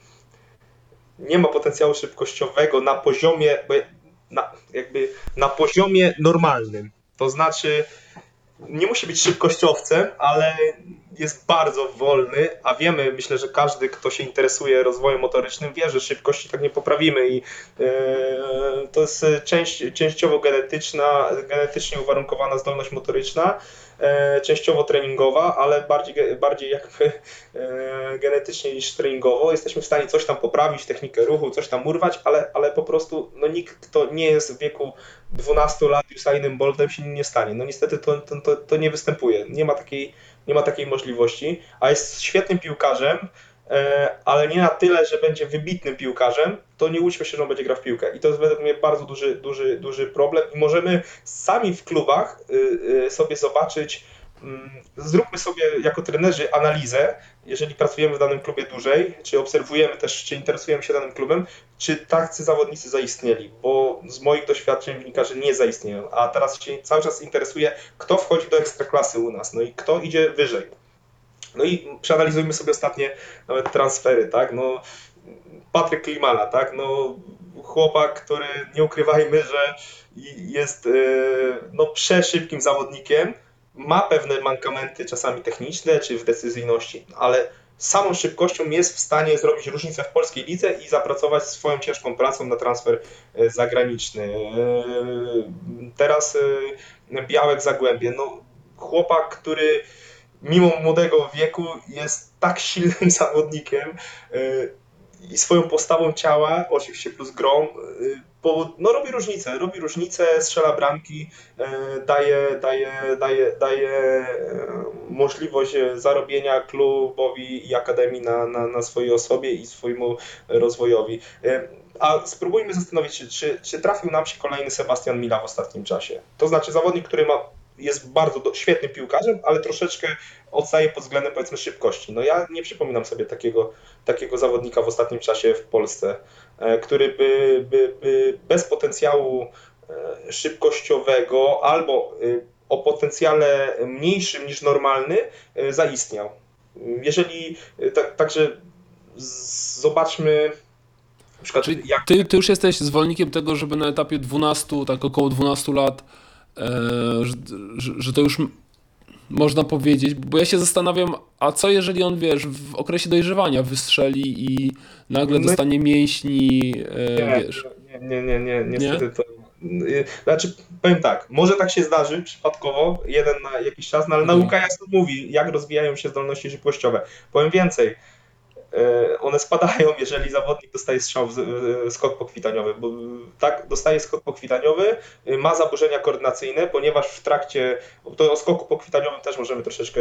nie ma potencjału szybkościowego na poziomie, bo ja- na, jakby na poziomie normalnym, to znaczy nie musi być szybkościowcem, ale jest bardzo wolny, a wiemy, myślę, że każdy, kto się interesuje rozwojem motorycznym, wie, że szybkości tak nie poprawimy i e, to jest część, częściowo genetyczna, genetycznie uwarunkowana zdolność motoryczna, e, częściowo treningowa, ale bardziej, ge- bardziej jakby e, genetycznie niż treningowo. Jesteśmy w stanie coś tam poprawić, technikę ruchu, coś tam urwać, ale, ale po prostu no, nikt, kto nie jest w wieku dwunastu lat Usainem Boltem się nie stanie. No niestety to, to, to, to nie występuje. Nie ma takiej, nie ma takiej możliwości, a jest świetnym piłkarzem, e, ale nie na tyle, że będzie wybitnym piłkarzem, to nie łudźmy się, że on będzie grał w piłkę. I to jest według mnie bardzo duży, duży, duży problem i możemy sami w klubach y, y, sobie zobaczyć mm, zróbmy sobie jako trenerzy analizę, jeżeli pracujemy w danym klubie dłużej, czy obserwujemy też, czy interesujemy się danym klubem, czy tacy zawodnicy zaistnieli, bo z moich doświadczeń wynika, że nie zaistnieją, a teraz się cały czas interesuje, kto wchodzi do ekstraklasy u nas, no i kto idzie wyżej. No i przeanalizujmy sobie ostatnie nawet transfery, tak, no Patryk Klimala, tak, no chłopak, który nie ukrywajmy, że jest no przeszybkim zawodnikiem, ma pewne mankamenty czasami techniczne czy w decyzyjności, ale samą szybkością jest w stanie zrobić różnicę w polskiej lidze i zapracować swoją ciężką pracą na transfer zagraniczny. Teraz Białek Zagłębie, no chłopak, który mimo młodego wieku jest tak silnym zawodnikiem i swoją postawą ciała, oczywiście plus grą, no robi różnicę, robi różnicę, strzela bramki, daje, daje, daje, daje możliwość zarobienia klubowi i akademii na, na, na swojej osobie i swojemu rozwojowi. A spróbujmy zastanowić się, czy, czy trafił nam się kolejny Sebastian Mila w ostatnim czasie. To znaczy zawodnik, który ma jest bardzo do, świetnym piłkarzem, ale troszeczkę odstaje pod względem, powiedzmy, szybkości. No ja nie przypominam sobie takiego, takiego zawodnika w ostatnim czasie w Polsce, który by, by, by bez potencjału szybkościowego albo o potencjale mniejszym niż normalny zaistniał. Jeżeli tak, także zobaczmy na przykład Czyli jak... ty, ty już jesteś zwolennikiem tego, żeby na etapie dwunastu, tak około dwunastu lat, e, że, że, że to już m- można powiedzieć, bo ja się zastanawiam, a co jeżeli on, wiesz, w okresie dojrzewania wystrzeli i nagle My- dostanie mięśni, e, Nie, wiesz. nie, nie, nie, nie, niestety to... Znaczy, powiem tak, może tak się zdarzy przypadkowo, jeden na jakiś czas, no ale Mhm. nauka jasno mówi, jak rozwijają się zdolności szybkościowe. Powiem więcej, e, one spadają, jeżeli zawodnik dostaje strzał w e, skok pokwitaniowy, bo tak, dostaje skok pokwitaniowy, e, ma zaburzenia koordynacyjne, ponieważ w trakcie, to o skoku pokwitaniowym też możemy troszeczkę,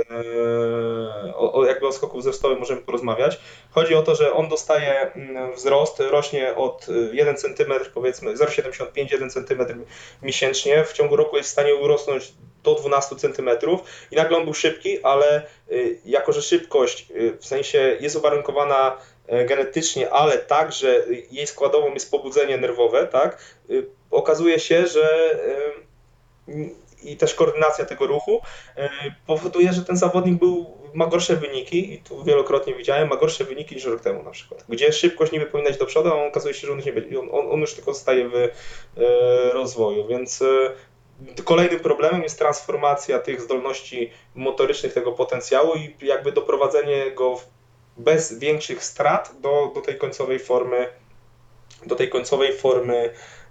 e, o, o jakby o skoku wzrostowym możemy porozmawiać. Chodzi o to, że on dostaje mm, wzrost, rośnie od jeden centymetr, powiedzmy zero przecinek siedemdziesiąt pięć do jeden centymetra miesięcznie, w ciągu roku jest w stanie urosnąć do dwunastu centymetrów i nagle on był szybki, ale y, jako że szybkość y, w sensie jest uwarunkowana y, genetycznie, ale także jej składową jest pobudzenie nerwowe, tak, y, okazuje się, że y, i też koordynacja tego ruchu y, powoduje, że ten zawodnik był, ma gorsze wyniki i tu wielokrotnie widziałem, ma gorsze wyniki niż rok temu na przykład, gdzie szybkość niby powinna iść do przodu, a on okazuje się, że on już nie będzie, on, on już tylko zostaje w y, rozwoju, więc y, kolejnym problemem jest transformacja tych zdolności motorycznych, tego potencjału i jakby doprowadzenie go bez większych strat do, do tej końcowej formy, do tej końcowej formy,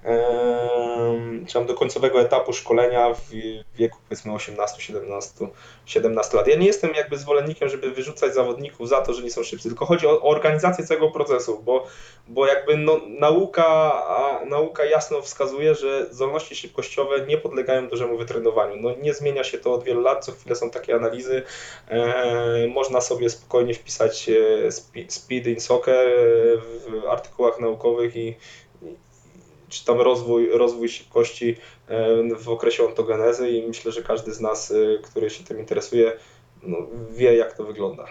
em, czy tam do końcowego etapu szkolenia w wieku powiedzmy osiemnastu siedemnastu siedemnastu lat. Ja nie jestem jakby zwolennikiem, żeby wyrzucać zawodników za to, że nie są szybcy, tylko chodzi o, o organizację całego procesu, bo, bo jakby no, nauka, a, nauka jasno wskazuje, że zdolności szybkościowe nie podlegają dużemu wytrenowaniu. No, nie zmienia się to od wielu lat, co chwilę są takie analizy, e, można sobie spokojnie wpisać e, spe- speed in soccer w artykułach naukowych i czy tam rozwój, rozwój szybkości w okresie ontogenezy i myślę, że każdy z nas, który się tym interesuje, no, wie, jak to wygląda.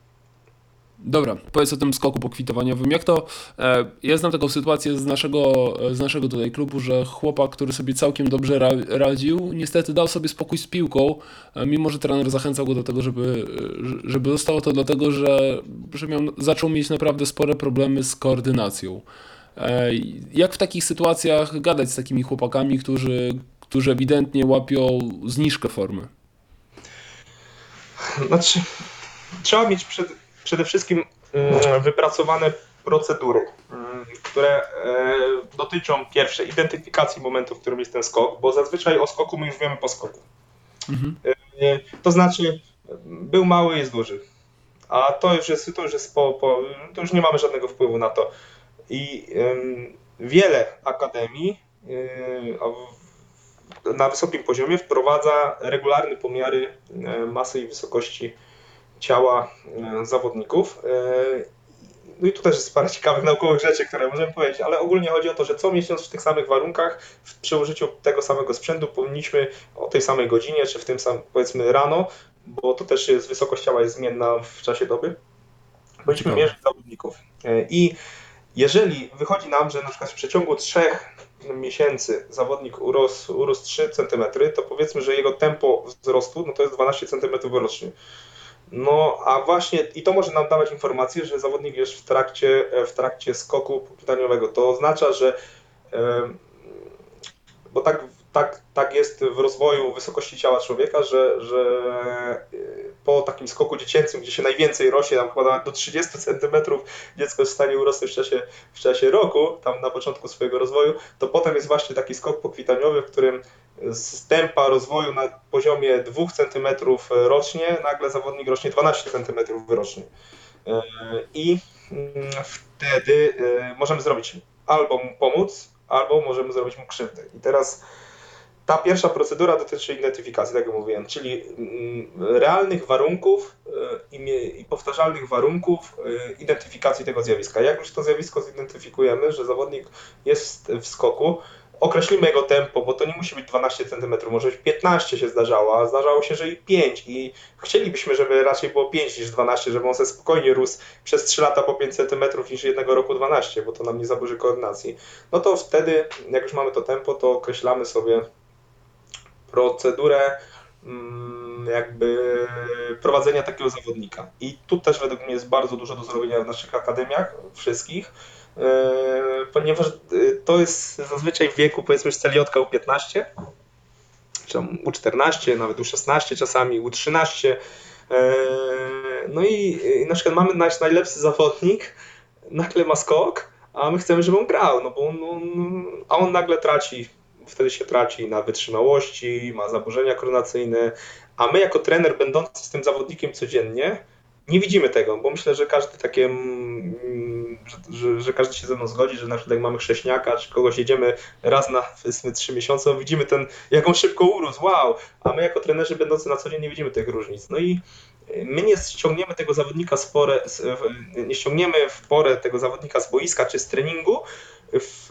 Dobra, powiedz o tym skoku pokwitowaniowym. Jak to, e, ja znam taką sytuację z naszego, z naszego tutaj klubu, że chłopak, który sobie całkiem dobrze ra, radził, niestety dał sobie spokój z piłką, e, mimo że trener zachęcał go do tego, żeby, e, żeby zostało to dlatego, że, że miał, zaczął mieć naprawdę spore problemy z koordynacją. E, jak w takich sytuacjach gadać z takimi chłopakami, którzy, którzy ewidentnie łapią zniżkę formy? Znaczy, trzeba mieć przed, przede wszystkim mm, wypracowane procedury, mm, które e, dotyczą pierwsze identyfikacji momentu, w którym jest ten skok, bo zazwyczaj o skoku my już wiemy po skoku. Mhm. E, to znaczy, był mały, jest duży, a to już jest, to już jest po, po, to już nie mamy żadnego wpływu na to. I ym, wiele akademii yy, na wysokim poziomie wprowadza regularne pomiary yy, masy i wysokości ciała yy, zawodników. Yy, no i tu też jest parę ciekawych naukowych rzeczy, które możemy powiedzieć, ale ogólnie chodzi o to, że co miesiąc w tych samych warunkach, w, przy użyciu tego samego sprzętu powinniśmy o tej samej godzinie, czy w tym samym, powiedzmy rano, bo to też jest, wysokość ciała jest zmienna w czasie doby, powinniśmy Ciekawe. mierzyć zawodników. I jeżeli wychodzi nam, że na przykład w przeciągu trzech miesięcy zawodnik urósł, urósł trzy centymetry, to powiedzmy, że jego tempo wzrostu no to jest dwanaście centymetrów rocznie. No a właśnie i to może nam dawać informację, że zawodnik jest w trakcie, w trakcie skoku pytaniowego. To oznacza, że em, bo tak, tak, tak jest w rozwoju wysokości ciała człowieka, że, że y, po takim skoku dziecięcym, gdzie się najwięcej rośnie, tam chyba nawet do trzydziestu centymetrów dziecko jest w stanie urosnąć w czasie, w czasie roku, tam na początku swojego rozwoju, to potem jest właśnie taki skok pokwitaniowy, w którym z tempa rozwoju na poziomie dwóch centymetrów rocznie nagle zawodnik rośnie dwanaście centymetrów rocznie. Y, I mm, wtedy y, możemy zrobić albo mu pomóc, albo możemy zrobić mu krzywdę. I teraz ta pierwsza procedura dotyczy identyfikacji, tak jak mówiłem, czyli mm, realnych warunków y, i, mie- i powtarzalnych warunków y, identyfikacji tego zjawiska. Jak już to zjawisko zidentyfikujemy, że zawodnik jest w skoku, określimy jego tempo, bo to nie musi być dwanaście centymetrów, może być piętnaście się zdarzało, a zdarzało się, że i pięć i chcielibyśmy, żeby raczej było pięć niż dwanaście, żeby on sobie spokojnie rósł przez trzy lata po pięć centymetrów niż jednego roku dwanaście, bo to nam nie zaburzy koordynacji. No to wtedy, jak już mamy to tempo, to określamy sobie procedurę mm, jakby prowadzenia takiego zawodnika. I tu też według mnie jest bardzo dużo do zrobienia w naszych akademiach, wszystkich, e, ponieważ e, to jest zazwyczaj w wieku powiedzmy z celiotka U piętnaście, czy tam U czternaście, nawet U szesnaście czasami, U trzynaście. E, No i, i na przykład mamy nasz najlepszy zawodnik, nagle ma skok, a my chcemy, żeby on grał, no bo on, on, a on nagle traci, wtedy się traci na wytrzymałości, ma zaburzenia koordynacyjne, a my jako trener będący z tym zawodnikiem codziennie nie widzimy tego, bo myślę, że każdy takie, mm, że, że, że każdy się ze mną zgodzi, że na przykład jak mamy chrześniaka, czy kogoś jedziemy raz na powiedzmy trzy miesiące, widzimy ten, jak on szybko urósł, wow, a my jako trenerzy będący na co dzień nie widzimy tych różnic. No i my nie ściągniemy tego zawodnika z porę, nie ściągniemy w porę tego zawodnika z boiska czy z treningu, w,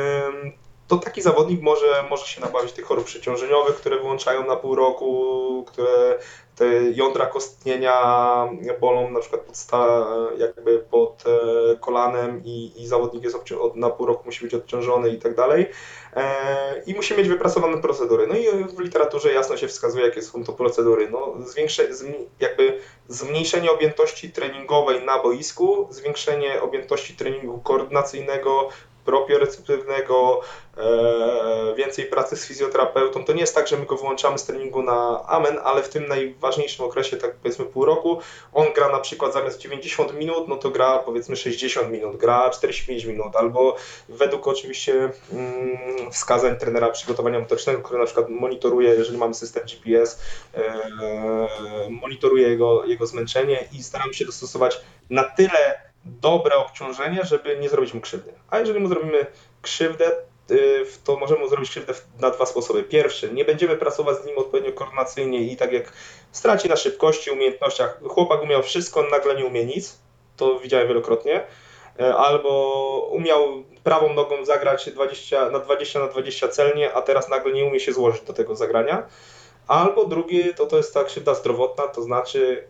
to taki zawodnik może, może się nabawić tych chorób przeciążeniowych, które wyłączają na pół roku, które te jądra kostnienia bolą na przykład pod, sta, jakby pod kolanem i, i zawodnik jest obcią- od, na pół roku musi być odciążony i tak dalej. E, I musi mieć wypracowane procedury. No i w literaturze jasno się wskazuje, jakie są to procedury. No, zwiększe, jakby zmniejszenie objętości treningowej na boisku, zwiększenie objętości treningu koordynacyjnego, propioreceptywnego, e, więcej pracy z fizjoterapeutą. To nie jest tak, że my go wyłączamy z treningu na amen, ale w tym najważniejszym okresie, tak powiedzmy pół roku, on gra na przykład zamiast dziewięćdziesiąt minut, no to gra powiedzmy sześćdziesiąt minut, gra czterdzieści pięć minut, albo według oczywiście mm, wskazań trenera przygotowania motorycznego, który na przykład monitoruje, jeżeli mamy system G P S, e, monitoruje jego, jego zmęczenie i staramy się dostosować na tyle dobre obciążenie, żeby nie zrobić mu krzywdy. A jeżeli mu zrobimy krzywdę, to możemy mu zrobić krzywdę na dwa sposoby. Pierwszy, nie będziemy pracować z nim odpowiednio koordynacyjnie i tak jak straci na szybkości, umiejętnościach. Chłopak umiał wszystko, on nagle nie umie nic. To widziałem wielokrotnie. Albo umiał prawą nogą zagrać dwadzieścia na dwadzieścia na dwadzieścia celnie, a teraz nagle nie umie się złożyć do tego zagrania. Albo drugi, to to jest ta krzywda zdrowotna, to znaczy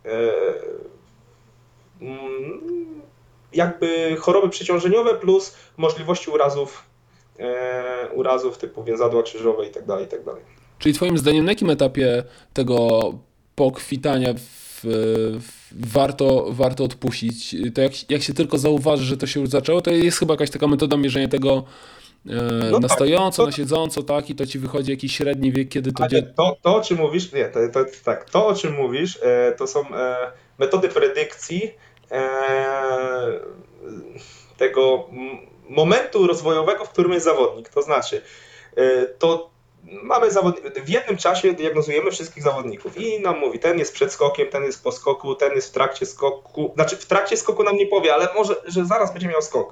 e, mm, jakby choroby przeciążeniowe plus możliwości urazów, e, urazów typu więzadła krzyżowe i tak dalej, i tak dalej. Czyli twoim zdaniem na jakim etapie tego pokwitania w, w, warto, warto odpuścić? To jak, jak się tylko zauważy, że to się już zaczęło, to jest chyba jakaś taka metoda mierzenia tego e, No na tak, stojąco, to- na siedząco, tak? I to ci wychodzi jakiś średni wiek, kiedy to... Ale Dzie... to, to, o czym mówisz, nie, to, to, tak, to o czym mówisz, e, to są e, metody predykcji e, tego m- momentu rozwojowego, w którym jest zawodnik. To znaczy, e, to mamy zawodników, w jednym czasie diagnozujemy wszystkich zawodników i nam mówi, ten jest przed skokiem, ten jest po skoku, ten jest w trakcie skoku, znaczy w trakcie skoku nam nie powie, ale może, że zaraz będzie miał skok.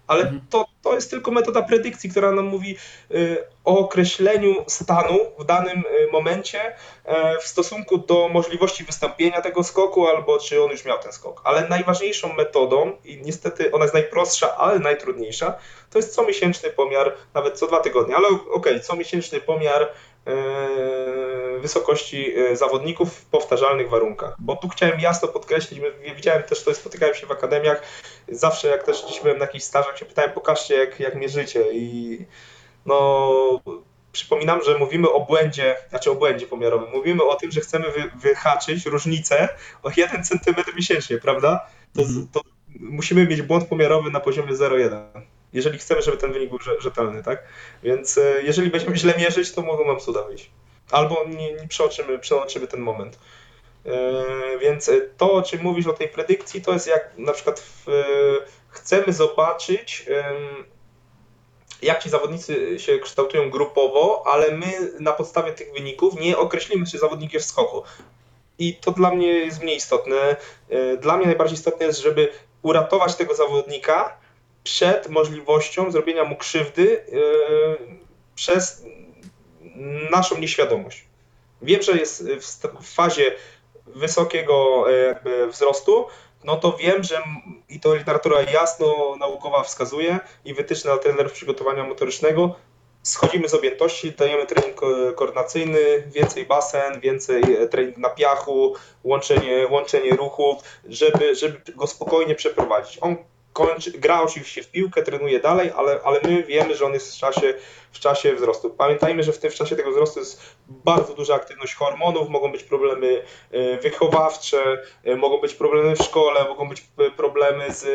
ale to, to jest tylko metoda predykcji, która nam mówi y, o określeniu stanu w danym y, momencie y, w stosunku do możliwości wystąpienia tego skoku, albo czy on już miał ten skok. Ale najważniejszą metodą, i niestety ona jest najprostsza, ale najtrudniejsza, to jest comiesięczny pomiar, nawet co dwa tygodnie, ale okej, okay, comiesięczny pomiar y, wysokości y, zawodników w powtarzalnych warunkach. Bo tu chciałem jasno podkreślić, widziałem też to, spotykałem się w akademiach, zawsze jak też gdzieś byłem na jakichś stażach, się pytałem, pokażcie jak, jak mierzycie i no przypominam, że mówimy o błędzie, znaczy o błędzie pomiarowym, mówimy o tym, że chcemy wy, wyhaczyć różnicę o jeden centymetr miesięcznie, prawda? To, Mhm. to musimy mieć błąd pomiarowy na poziomie zero przecinek jeden, jeżeli chcemy, żeby ten wynik był rzetelny, tak? Więc jeżeli będziemy źle mierzyć, to mogą nam cuda wyjść. Albo nie, nie przeoczymy, przeoczymy ten moment. Więc to, o czym mówisz o tej predykcji, to jest jak na przykład w, chcemy zobaczyć, jak ci zawodnicy się kształtują grupowo, ale my na podstawie tych wyników nie określimy, czy zawodnik jest w skoku. I to dla mnie jest mniej istotne. Dla mnie najbardziej istotne jest, żeby uratować tego zawodnika przed możliwością zrobienia mu krzywdy przez naszą nieświadomość. Wiem, że jest w fazie wysokiego jakby wzrostu, no to wiem, że i to literatura jasno naukowa wskazuje i wytyczne dla trenerów przygotowania motorycznego, schodzimy z objętości, dajemy trening koordynacyjny, więcej basen, więcej trening na piachu, łączenie, łączenie ruchów, żeby, żeby go spokojnie przeprowadzić. On kończy, gra oczywiście w piłkę, trenuje dalej, ale, ale my wiemy, że on jest w czasie, w czasie wzrostu. Pamiętajmy, że w, tym, w czasie tego wzrostu jest bardzo duża aktywność hormonów, mogą być problemy wychowawcze, mogą być problemy w szkole, mogą być problemy z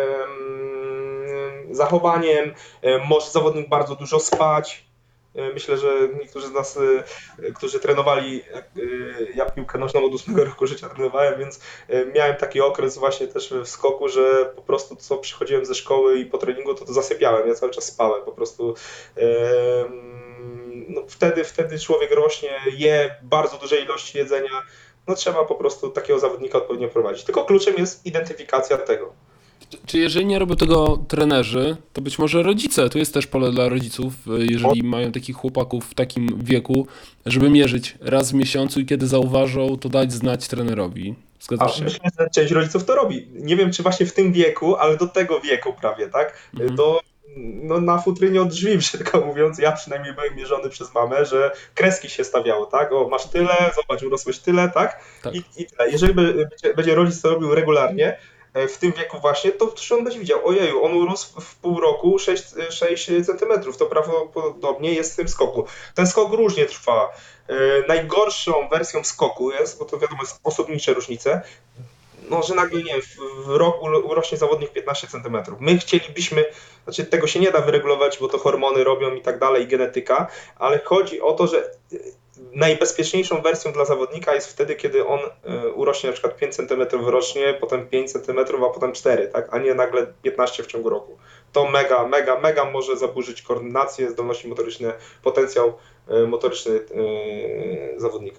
zachowaniem, może zawodnik bardzo dużo spać. Myślę, że niektórzy z nas, którzy trenowali, ja piłkę nożną od ósmego roku życia trenowałem, więc miałem taki okres właśnie też w skoku, że po prostu co przychodziłem ze szkoły i po treningu, to, to zasypiałem, ja cały czas spałem, po prostu no wtedy, wtedy człowiek rośnie, je bardzo duże ilości jedzenia, no trzeba po prostu takiego zawodnika odpowiednio prowadzić. Tylko kluczem jest identyfikacja tego. Czy jeżeli nie robią tego trenerzy, to być może rodzice, tu jest też pole dla rodziców, jeżeli mają takich chłopaków w takim wieku, żeby mierzyć raz w miesiącu i kiedy zauważą, to dać znać trenerowi. Zgadzasz się? Myślę, że część rodziców to robi. Nie wiem, czy właśnie w tym wieku, ale do tego wieku prawie, tak? Mhm. Do, no, na futrynie od drzwi, brzydko mówiąc, ja przynajmniej byłem mierzony przez mamę, że kreski się stawiało, tak? O, masz tyle, zobacz, urosłeś tyle, tak? tak. I, i tyle. Jeżeli by, będzie, będzie rodzic to robił regularnie, w tym wieku właśnie, to on będzie widział, ojeju, on urósł w pół roku sześć centymetrów, to prawdopodobnie jest w tym skoku. Ten skok różnie trwa. Najgorszą wersją skoku jest, bo to wiadomo, jest osobnicze różnice, no, że nagle, nie wiem, w roku urośnie zawodnik piętnaście centymetrów. My chcielibyśmy, znaczy tego się nie da wyregulować, bo to hormony robią i tak dalej, i genetyka, ale chodzi o to, że najbezpieczniejszą wersją dla zawodnika jest wtedy, kiedy on urośnie na przykład pięć centymetrów rocznie, potem pięć centymetrów, a potem cztery, tak? A nie nagle piętnaście w ciągu roku. To mega, mega, mega może zaburzyć koordynację, zdolności motoryczne, potencjał motoryczny zawodnika.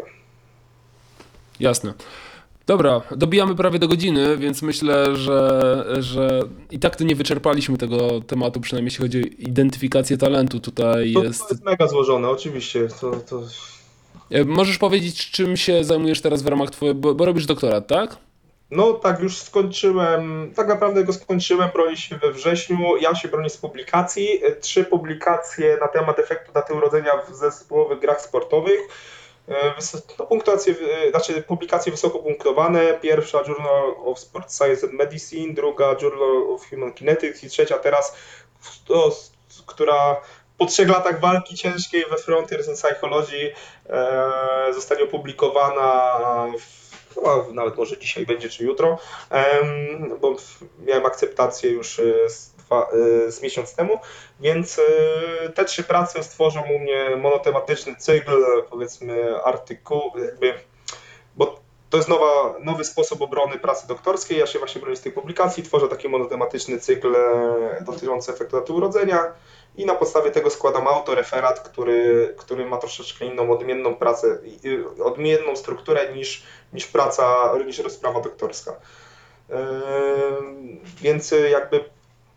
Jasne. Dobra, dobijamy prawie do godziny, więc myślę, że, że i tak to nie wyczerpaliśmy tego tematu, przynajmniej jeśli chodzi o identyfikację talentu. Tutaj to, jest... to jest mega złożone, oczywiście. To, to... Możesz powiedzieć, czym się zajmujesz teraz w ramach twojego, bo, bo robisz doktorat, tak? No tak, już skończyłem, tak naprawdę go skończyłem, broni się we wrześniu, ja się bronię z publikacji, trzy publikacje na temat efektu daty urodzenia w zespołowych grach sportowych. No, punktuacje, znaczy publikacje wysoko punktowane, pierwsza Journal of Sports Science and Medicine, druga Journal of Human Kinetics i trzecia teraz, to, która po trzech latach walki ciężkiej we Frontiers in Psychology e, zostanie opublikowana w, no, nawet może dzisiaj będzie czy jutro, e, bo miałem akceptację już z z miesiąc temu, więc te trzy prace stworzą u mnie monotematyczny cykl, powiedzmy artykuł, jakby, bo to jest nowa, nowy sposób obrony pracy doktorskiej, ja się właśnie bronię z tej publikacji, tworzę taki monotematyczny cykl dotyczący efektu daty urodzenia i na podstawie tego składam autoreferat, który, który ma troszeczkę inną, odmienną pracę, odmienną strukturę niż, niż praca, niż rozprawa doktorska. Yy, więc jakby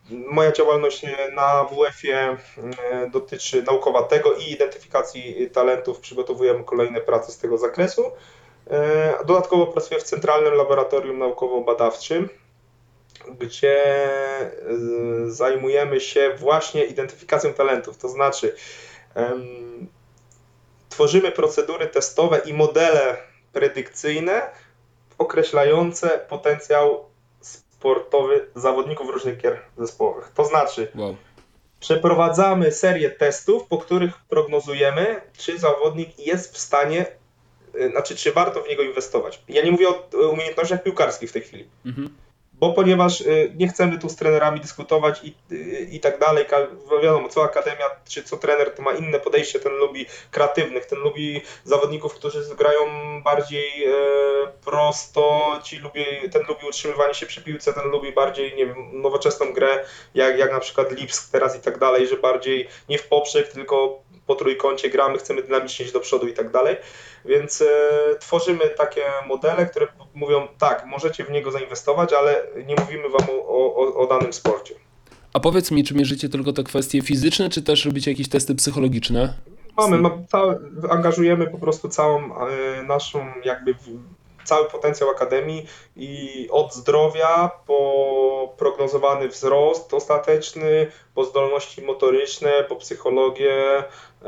moja działalność na W F-ie dotyczy naukowa tego i identyfikacji talentów. Przygotowujemy kolejne prace z tego zakresu. Dodatkowo pracuję w Centralnym Laboratorium Naukowo-Badawczym, gdzie zajmujemy się właśnie identyfikacją talentów. To znaczy um, tworzymy procedury testowe i modele predykcyjne określające potencjał sportowy zawodników różnych gier zespołowych. To znaczy Wow. przeprowadzamy serię testów, po których prognozujemy, czy zawodnik jest w stanie, znaczy czy warto w niego inwestować. Ja nie mówię o umiejętnościach piłkarskich w tej chwili. Mhm. Bo ponieważ nie chcemy tu z trenerami dyskutować i, i tak dalej, wiadomo, co akademia czy co trener to ma inne podejście, ten lubi kreatywnych, ten lubi zawodników, którzy grają bardziej e, prosto, ci lubi, ten lubi utrzymywanie się przy piłce, ten lubi bardziej, nie wiem, nowoczesną grę, jak, jak na przykład Lipsk teraz i tak dalej, że bardziej nie w poprzek, tylko po trójkącie gramy, chcemy dynamicznie iść do przodu i tak dalej, więc e, tworzymy takie modele, które mówią tak, możecie w niego zainwestować, ale nie mówimy wam o, o, o danym sporcie. A powiedz mi, czy mierzycie tylko te kwestie fizyczne, czy też robicie jakieś testy psychologiczne? Mamy, ma, całe, angażujemy po prostu całą e, naszą jakby cały potencjał akademii i od zdrowia po prognozowany wzrost ostateczny, po zdolności motoryczne, po psychologię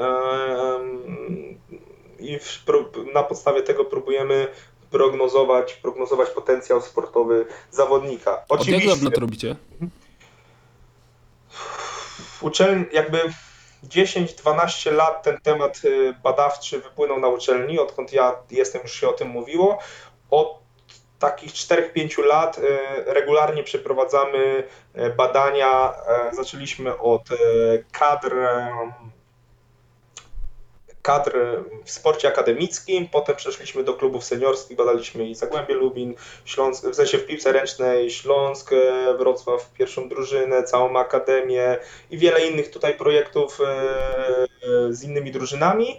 i w, na podstawie tego próbujemy prognozować, prognozować potencjał sportowy zawodnika. Oczywiście. Od jak lat to robicie? Uczelni, jakby dziesięć dwanaście lat ten temat badawczy wypłynął na uczelni, odkąd ja jestem, już się o tym mówiło. Od takich czterech pięciu lat regularnie przeprowadzamy badania. Zaczęliśmy od kadr, kadr w sporcie akademickim, potem przeszliśmy do klubów seniorskich, badaliśmy i Zagłębie Lubin, Śląsk, w sensie w piłce ręcznej Śląsk, Wrocław, pierwszą drużynę, całą akademię i wiele innych tutaj projektów z innymi drużynami.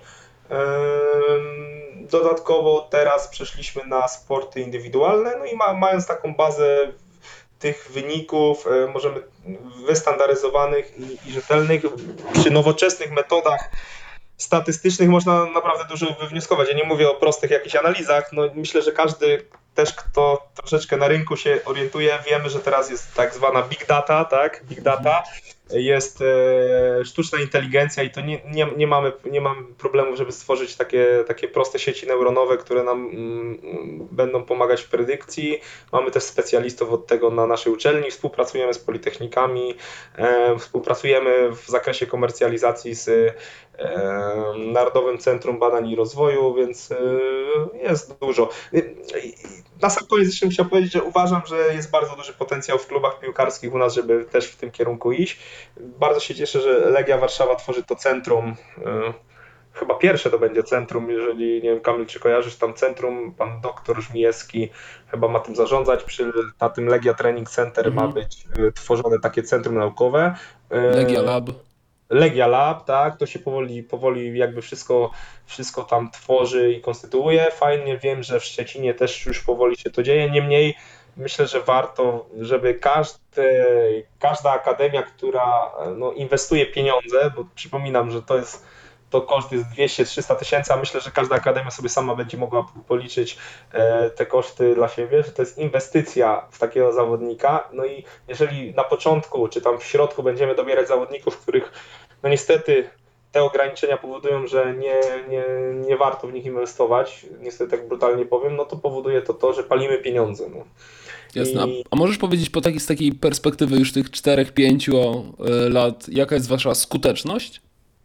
Dodatkowo teraz przeszliśmy na sporty indywidualne, no i ma, mając taką bazę tych wyników, możemy wystandaryzowanych i, i rzetelnych, przy nowoczesnych metodach statystycznych można naprawdę dużo wywnioskować. Ja nie mówię o prostych jakichś analizach, no myślę, że każdy też, kto troszeczkę na rynku się orientuje, wiemy, że teraz jest tak zwana big data, tak? Big data, jest e, sztuczna inteligencja i to nie, nie, nie, mamy, nie mamy problemów, żeby stworzyć takie, takie proste sieci neuronowe, które nam mm, będą pomagać w predykcji. Mamy też specjalistów od tego na naszej uczelni, współpracujemy z politechnikami, e, współpracujemy w zakresie komercjalizacji z e, Narodowym Centrum Badań i Rozwoju, więc e, jest dużo. Na sam koniec jeszcze bym chciał powiedzieć, że uważam, że jest bardzo duży potencjał w klubach piłkarskich u nas, żeby też w tym kierunku iść. Bardzo się cieszę, że Legia Warszawa tworzy to centrum. Chyba pierwsze to będzie centrum, jeżeli, nie wiem, Kamil, czy kojarzysz tam centrum, pan doktor Żmijewski chyba ma tym zarządzać, przy, na tym Legia Training Center mhm. ma być tworzone takie centrum naukowe. Legia Lab. Legia Lab, tak, to się powoli, powoli jakby wszystko, wszystko tam tworzy i konstytuuje. Fajnie, wiem, że w Szczecinie też już powoli się to dzieje, niemniej myślę, że warto, żeby każdy, każda akademia, która no, inwestuje pieniądze, bo przypominam, że to jest to koszt jest dwieście trzysta tysięcy, a myślę, że każda akademia sobie sama będzie mogła policzyć te koszty dla siebie, że to jest inwestycja w takiego zawodnika. No i jeżeli na początku, czy tam w środku będziemy dobierać zawodników, których no niestety te ograniczenia powodują, że nie, nie, nie warto w nich inwestować, niestety tak brutalnie powiem, no to powoduje to to, że palimy pieniądze. No. Jasne. I... A możesz powiedzieć po takiej, z takiej perspektywy już tych czterech pięciu lat, jaka jest wasza skuteczność?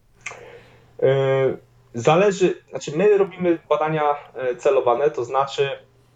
Zależy, znaczy my robimy badania celowane, to znaczy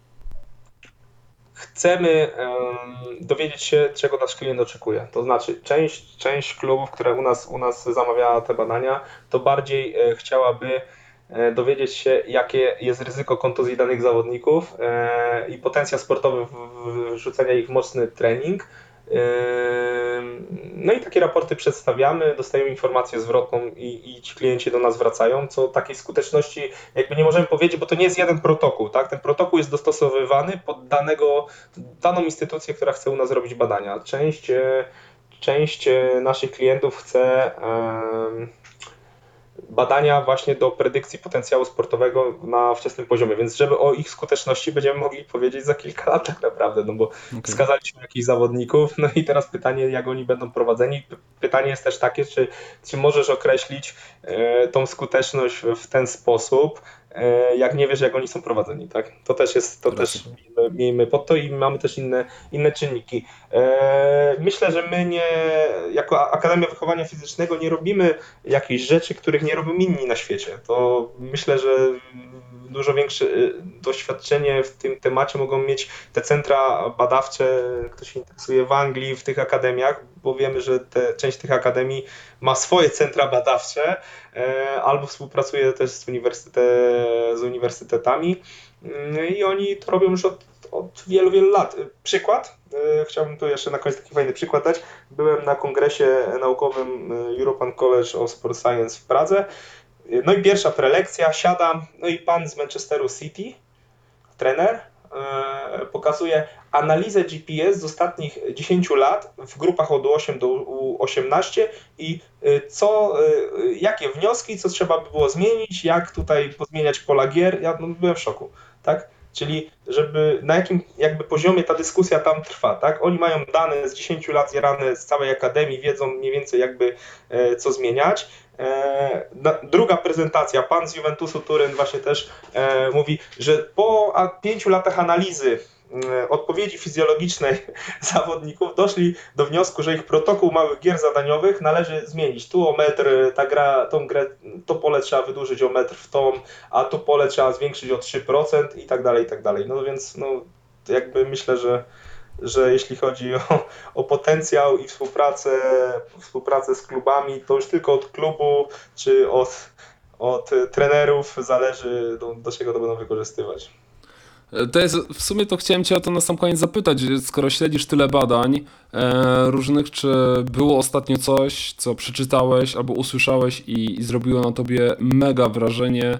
chcemy dowiedzieć się, czego nasz klient oczekuje. To znaczy część, część klubów, które u nas, u nas zamawiała te badania, to bardziej chciałaby dowiedzieć się, jakie jest ryzyko kontuzji danych zawodników i potencjał sportowy wrzucenia ich w mocny trening. No i takie raporty przedstawiamy, dostajemy informację zwrotną i, i ci klienci do nas wracają, co takiej skuteczności jakby nie możemy powiedzieć, bo to nie jest jeden protokół, tak? Ten protokół jest dostosowywany pod danego, daną instytucję, która chce u nas robić badania. Część, część e, naszych klientów chce em, badania właśnie do predykcji potencjału sportowego na wczesnym poziomie, więc żeby o ich skuteczności będziemy mogli powiedzieć za kilka lat tak naprawdę, no bo Okej. wskazaliśmy jakichś zawodników, no i teraz pytanie, jak oni będą prowadzeni. P- Pytanie jest też takie, czy, czy możesz określić e, tą skuteczność w, w ten sposób, e, jak nie wiesz, jak oni są prowadzeni, tak? To też jest, to Racja. też miejmy, miejmy pod to i mamy też inne, inne czynniki. E, myślę, że my nie, jako Akademia Wychowania Fizycznego nie robimy jakichś rzeczy, których nie robią inni na świecie. To myślę, że dużo większe y, doświadczenie w tym temacie mogą mieć te centra badawcze, kto się interesuje w Anglii, w tych akademiach, bo wiemy, że te, część tych akademii ma swoje centra badawcze e, albo współpracuje też z, uniwersyte, z uniwersytetami y, i oni to robią już od, od wielu, wielu lat. Przykład, y, chciałbym tu jeszcze na koniec taki fajny przykład dać. Byłem na kongresie naukowym y, European College of Sport Science w Pradze. No i pierwsza prelekcja, siadam, no i pan z Manchesteru City, trener, e, pokazuje analizę G P S z ostatnich dziesięciu lat w grupach od U osiem do U osiemnaście i e, co, e, jakie wnioski, co trzeba by było zmienić, jak tutaj pozmieniać pola gier. Ja no, byłem w szoku, tak? Czyli żeby na jakim jakby poziomie ta dyskusja tam trwa, tak? Oni mają dane z dziesięciu lat zbierane z całej akademii, wiedzą mniej więcej jakby e, co zmieniać. E, na, druga prezentacja, pan z Juventusu Turyn właśnie też e, mówi, że po a, pięciu latach analizy e, odpowiedzi fizjologicznej zawodników doszli do wniosku, że ich protokół małych gier zadaniowych należy zmienić. Tu o metr, ta gra, tą grę, to pole trzeba wydłużyć o metr w tą, a tu pole trzeba zwiększyć o trzy procent i tak dalej, i tak dalej. No więc no, jakby myślę, że że jeśli chodzi o, o potencjał i współpracę, współpracę z klubami, to już tylko od klubu czy od, od trenerów zależy, do, do czego to będą wykorzystywać. To jest, w sumie to chciałem cię o to na sam koniec zapytać, skoro śledzisz tyle badań e, różnych, czy było ostatnio coś, co przeczytałeś albo usłyszałeś i, i zrobiło na tobie mega wrażenie?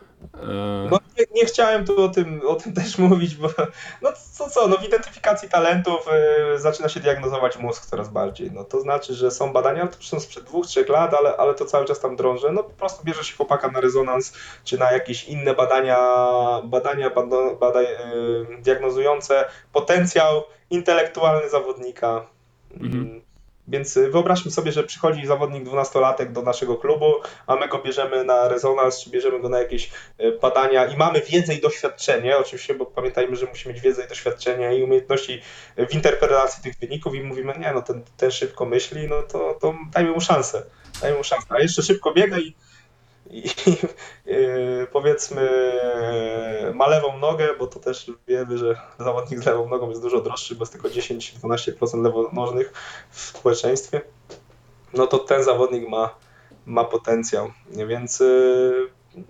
E, No nie, nie chciałem tu o tym, o tym też mówić, bo no co, co, no w identyfikacji talentów y, zaczyna się diagnozować mózg coraz bardziej. No to znaczy, że są badania, to już są sprzed dwóch, trzech lat, ale, ale to cały czas tam drąży. No po prostu bierze się chłopaka na rezonans, czy na jakieś inne badania, badania bada, bada, y, diagnozujące potencjał intelektualny zawodnika. Mhm. Więc wyobraźmy sobie, że przychodzi zawodnik dwunastolatek do naszego klubu, a my go bierzemy na rezonans, czy bierzemy go na jakieś e, badania i mamy wiedzę i doświadczenie, oczywiście, bo pamiętajmy, że musimy mieć wiedzę i doświadczenie i umiejętności w interpretacji tych wyników i mówimy, nie, no ten, ten szybko myśli, no to, to dajmy mu szansę, dajmy mu szansę, a jeszcze szybko biega i i yy, powiedzmy yy, ma lewą nogę, bo to też wiemy, że zawodnik z lewą nogą jest dużo droższy, bo jest tylko dziesięć do dwunastu procent lewonożnych w społeczeństwie, no to ten zawodnik ma, ma potencjał, więc yy,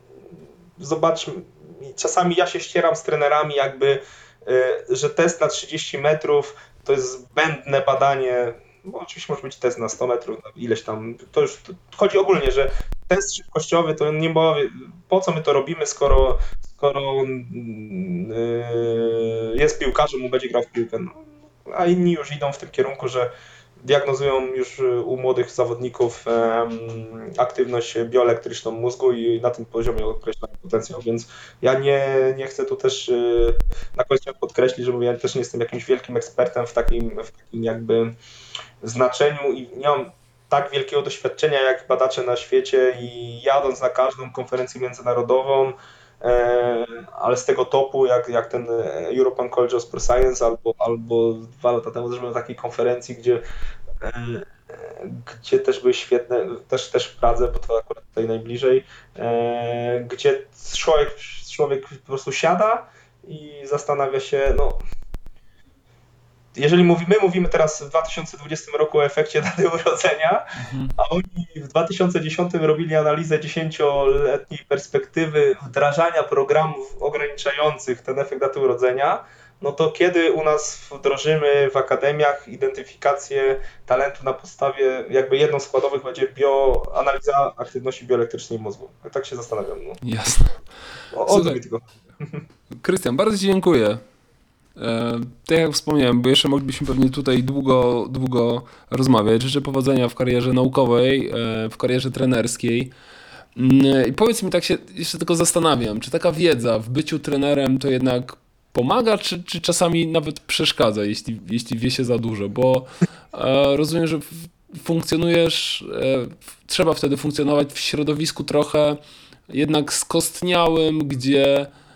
zobaczmy, czasami ja się ścieram z trenerami jakby, yy, że test na trzydzieści metrów to jest zbędne badanie, bo oczywiście może być test na sto metrów, ileś tam, to już to chodzi ogólnie, że test szybkościowy to nie ma, po co my to robimy, skoro, skoro yy, jest piłkarzem, mu będzie grał w piłkę, no, a inni już idą w tym kierunku, że diagnozują już u młodych zawodników um, aktywność bioelektryczną mózgu i na tym poziomie określają potencjał, więc ja nie, nie chcę tu też yy, na koniec podkreślić, że mówię, ja też nie jestem jakimś wielkim ekspertem w takim, w takim jakby znaczeniu i nie mam tak wielkiego doświadczenia jak badacze na świecie i jadąc na każdą konferencję międzynarodową, e, ale z tego topu, jak, jak ten European College of Sport Science albo, albo dwa lata temu też byłem na takiej konferencji, gdzie, e, gdzie też były świetne, też, też w Pradze, bo to akurat tutaj najbliżej, e, gdzie człowiek, człowiek po prostu siada i zastanawia się, no jeżeli mówimy, mówimy teraz w dwa tysiące dwudziestym roku o efekcie daty urodzenia, Mhm. a oni w dwa tysiące dziesiątym robili analizę dziesięcioletniej perspektywy wdrażania programów ograniczających ten efekt daty urodzenia, no to kiedy u nas wdrożymy w akademiach identyfikację talentu na podstawie jakby jedną z składowych będzie bio, analiza aktywności bioelektrycznej mózgu. Tak się zastanawiam. No. Jasne. O, o to Słuchaj. mi tylko. Krystian, bardzo ci dziękuję. E, tak jak wspomniałem, bo jeszcze moglibyśmy pewnie tutaj długo, długo rozmawiać. Życzę powodzenia w karierze naukowej, e, w karierze trenerskiej. Mm, I powiedz mi, tak się jeszcze tylko zastanawiam, czy taka wiedza w byciu trenerem to jednak pomaga, czy, czy czasami nawet przeszkadza, jeśli, jeśli wie się za dużo, bo e, rozumiem, że w- funkcjonujesz, e, w- trzeba wtedy funkcjonować w środowisku trochę jednak skostniałym, gdzie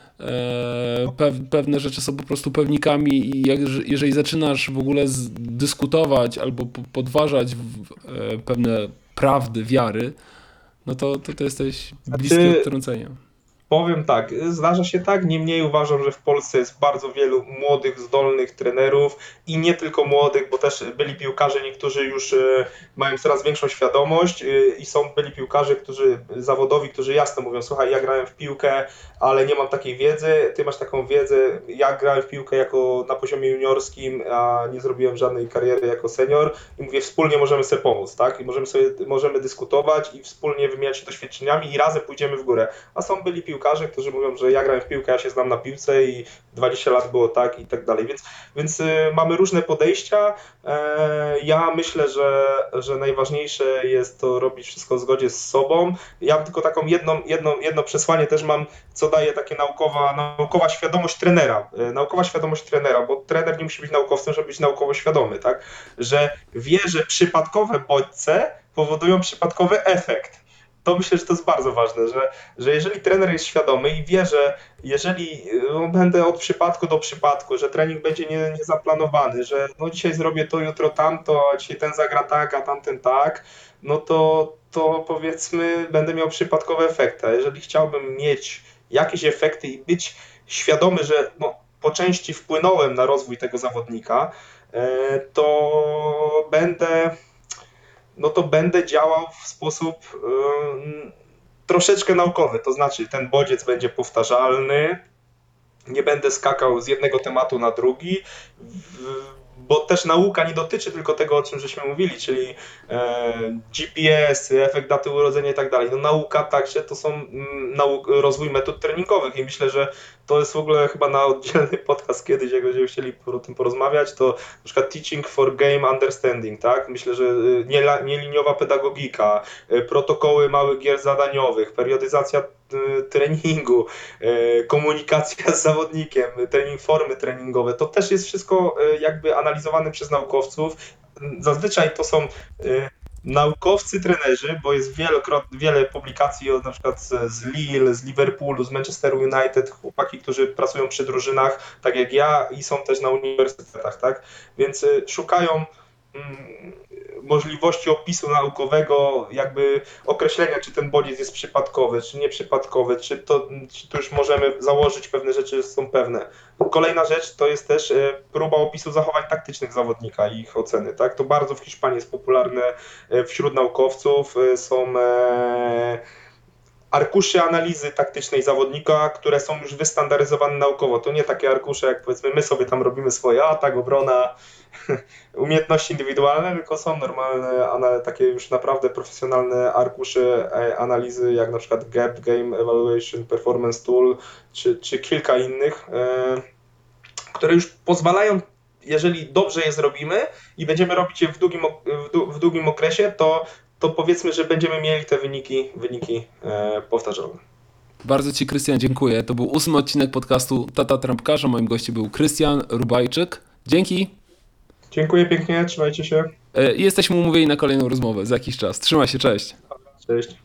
e, pew, pewne rzeczy są po prostu pewnikami i jak, jeżeli zaczynasz w ogóle z, dyskutować albo po, podważać w, e, pewne prawdy, wiary, no to, to, to jesteś bliski Znaczy, odtrącenia. Powiem tak, zdarza się tak, niemniej uważam, że w Polsce jest bardzo wielu młodych, zdolnych trenerów i nie tylko młodych, bo też byli piłkarze, niektórzy już e, mają coraz większą świadomość e, i są byli piłkarze, którzy zawodowi, którzy jasno mówią, słuchaj, ja grałem w piłkę, ale nie mam takiej wiedzy, ty masz taką wiedzę, ja grałem w piłkę jako na poziomie juniorskim, a nie zrobiłem żadnej kariery jako senior i mówię, wspólnie możemy sobie pomóc, tak? I możemy sobie, możemy dyskutować i wspólnie wymieniać się doświadczeniami i razem pójdziemy w górę. A są byli piłkarze, którzy mówią, że ja grałem w piłkę, ja się znam na piłce i dwadzieścia lat było tak i tak dalej. Więc, więc y, mamy różne podejścia. E, ja myślę, że, że najważniejsze jest to robić wszystko w zgodzie z sobą. Ja tylko taką jedną, jedną, jedno przesłanie też mam, co daje takie naukowa, naukowa świadomość trenera. E, naukowa świadomość trenera, bo trener nie musi być naukowcem, żeby być naukowo świadomy, tak? Że wie, że przypadkowe bodźce powodują przypadkowy efekt. To myślę, że to jest bardzo ważne, że, że jeżeli trener jest świadomy i wie, że jeżeli no, będę od przypadku do przypadku, że trening będzie nie, niezaplanowany, że no dzisiaj zrobię to, jutro tamto, a dzisiaj ten zagra tak, a tamten tak, no to, to powiedzmy będę miał przypadkowe efekty. A jeżeli chciałbym mieć jakieś efekty i być świadomy, że no, po części wpłynąłem na rozwój tego zawodnika, e, to będę no to będę działał w sposób ym, troszeczkę naukowy, to znaczy ten bodziec będzie powtarzalny, nie będę skakał z jednego tematu na drugi, w- bo też nauka nie dotyczy tylko tego, o czym żeśmy mówili, czyli e, G P S, efekt daty urodzenia i tak dalej. No nauka także to są mm, nauk, rozwój metod treningowych i myślę, że to jest w ogóle chyba na oddzielny podcast kiedyś, jak będziemy chcieli o tym porozmawiać, to na przykład teaching for game understanding, tak? Myślę, że y, niela- nieliniowa pedagogika, y, protokoły małych gier zadaniowych, periodyzacja y, treningu, y, komunikacja z zawodnikiem, trening, formy treningowe, to też jest wszystko y, jakby analizowane przez naukowców. Zazwyczaj to są y, naukowcy, trenerzy, bo jest wielokrot, wiele publikacji od, na przykład z z Lille, z Liverpoolu, z Manchesteru United, chłopaki, którzy pracują przy drużynach, tak jak ja i są też na uniwersytetach, tak? Więc y, szukają mm, możliwości opisu naukowego, jakby określenia, czy ten bodziec jest przypadkowy, czy nieprzypadkowy, czy to, czy to już możemy założyć pewne rzeczy, są pewne. Kolejna rzecz to jest też e, próba opisu zachowań taktycznych zawodnika i ich oceny, tak? To bardzo w Hiszpanii jest popularne e, wśród naukowców. E, Są e, arkusze analizy taktycznej zawodnika, które są już wystandaryzowane naukowo. To nie takie arkusze, jak powiedzmy my sobie tam robimy swoje atak, obrona, umiejętności indywidualne, tylko są normalne, ale takie już naprawdę profesjonalne arkusze e, analizy, jak na przykład G E P, Game Evaluation Performance Tool, czy, czy kilka innych, e, które już pozwalają, jeżeli dobrze je zrobimy i będziemy robić je w długim, ok- w dłu- w długim okresie, to, to powiedzmy, że będziemy mieli te wyniki, wyniki e, powtarzalne. Bardzo Ci, Krystian, dziękuję. To był ósmy odcinek podcastu Tata Trampkarza. Moim gościem był Krystian Rubajczyk. Dzięki. Dziękuję pięknie, trzymajcie się. E, I jesteśmy umówieni na kolejną rozmowę za jakiś czas. Trzymaj się, cześć. Cześć.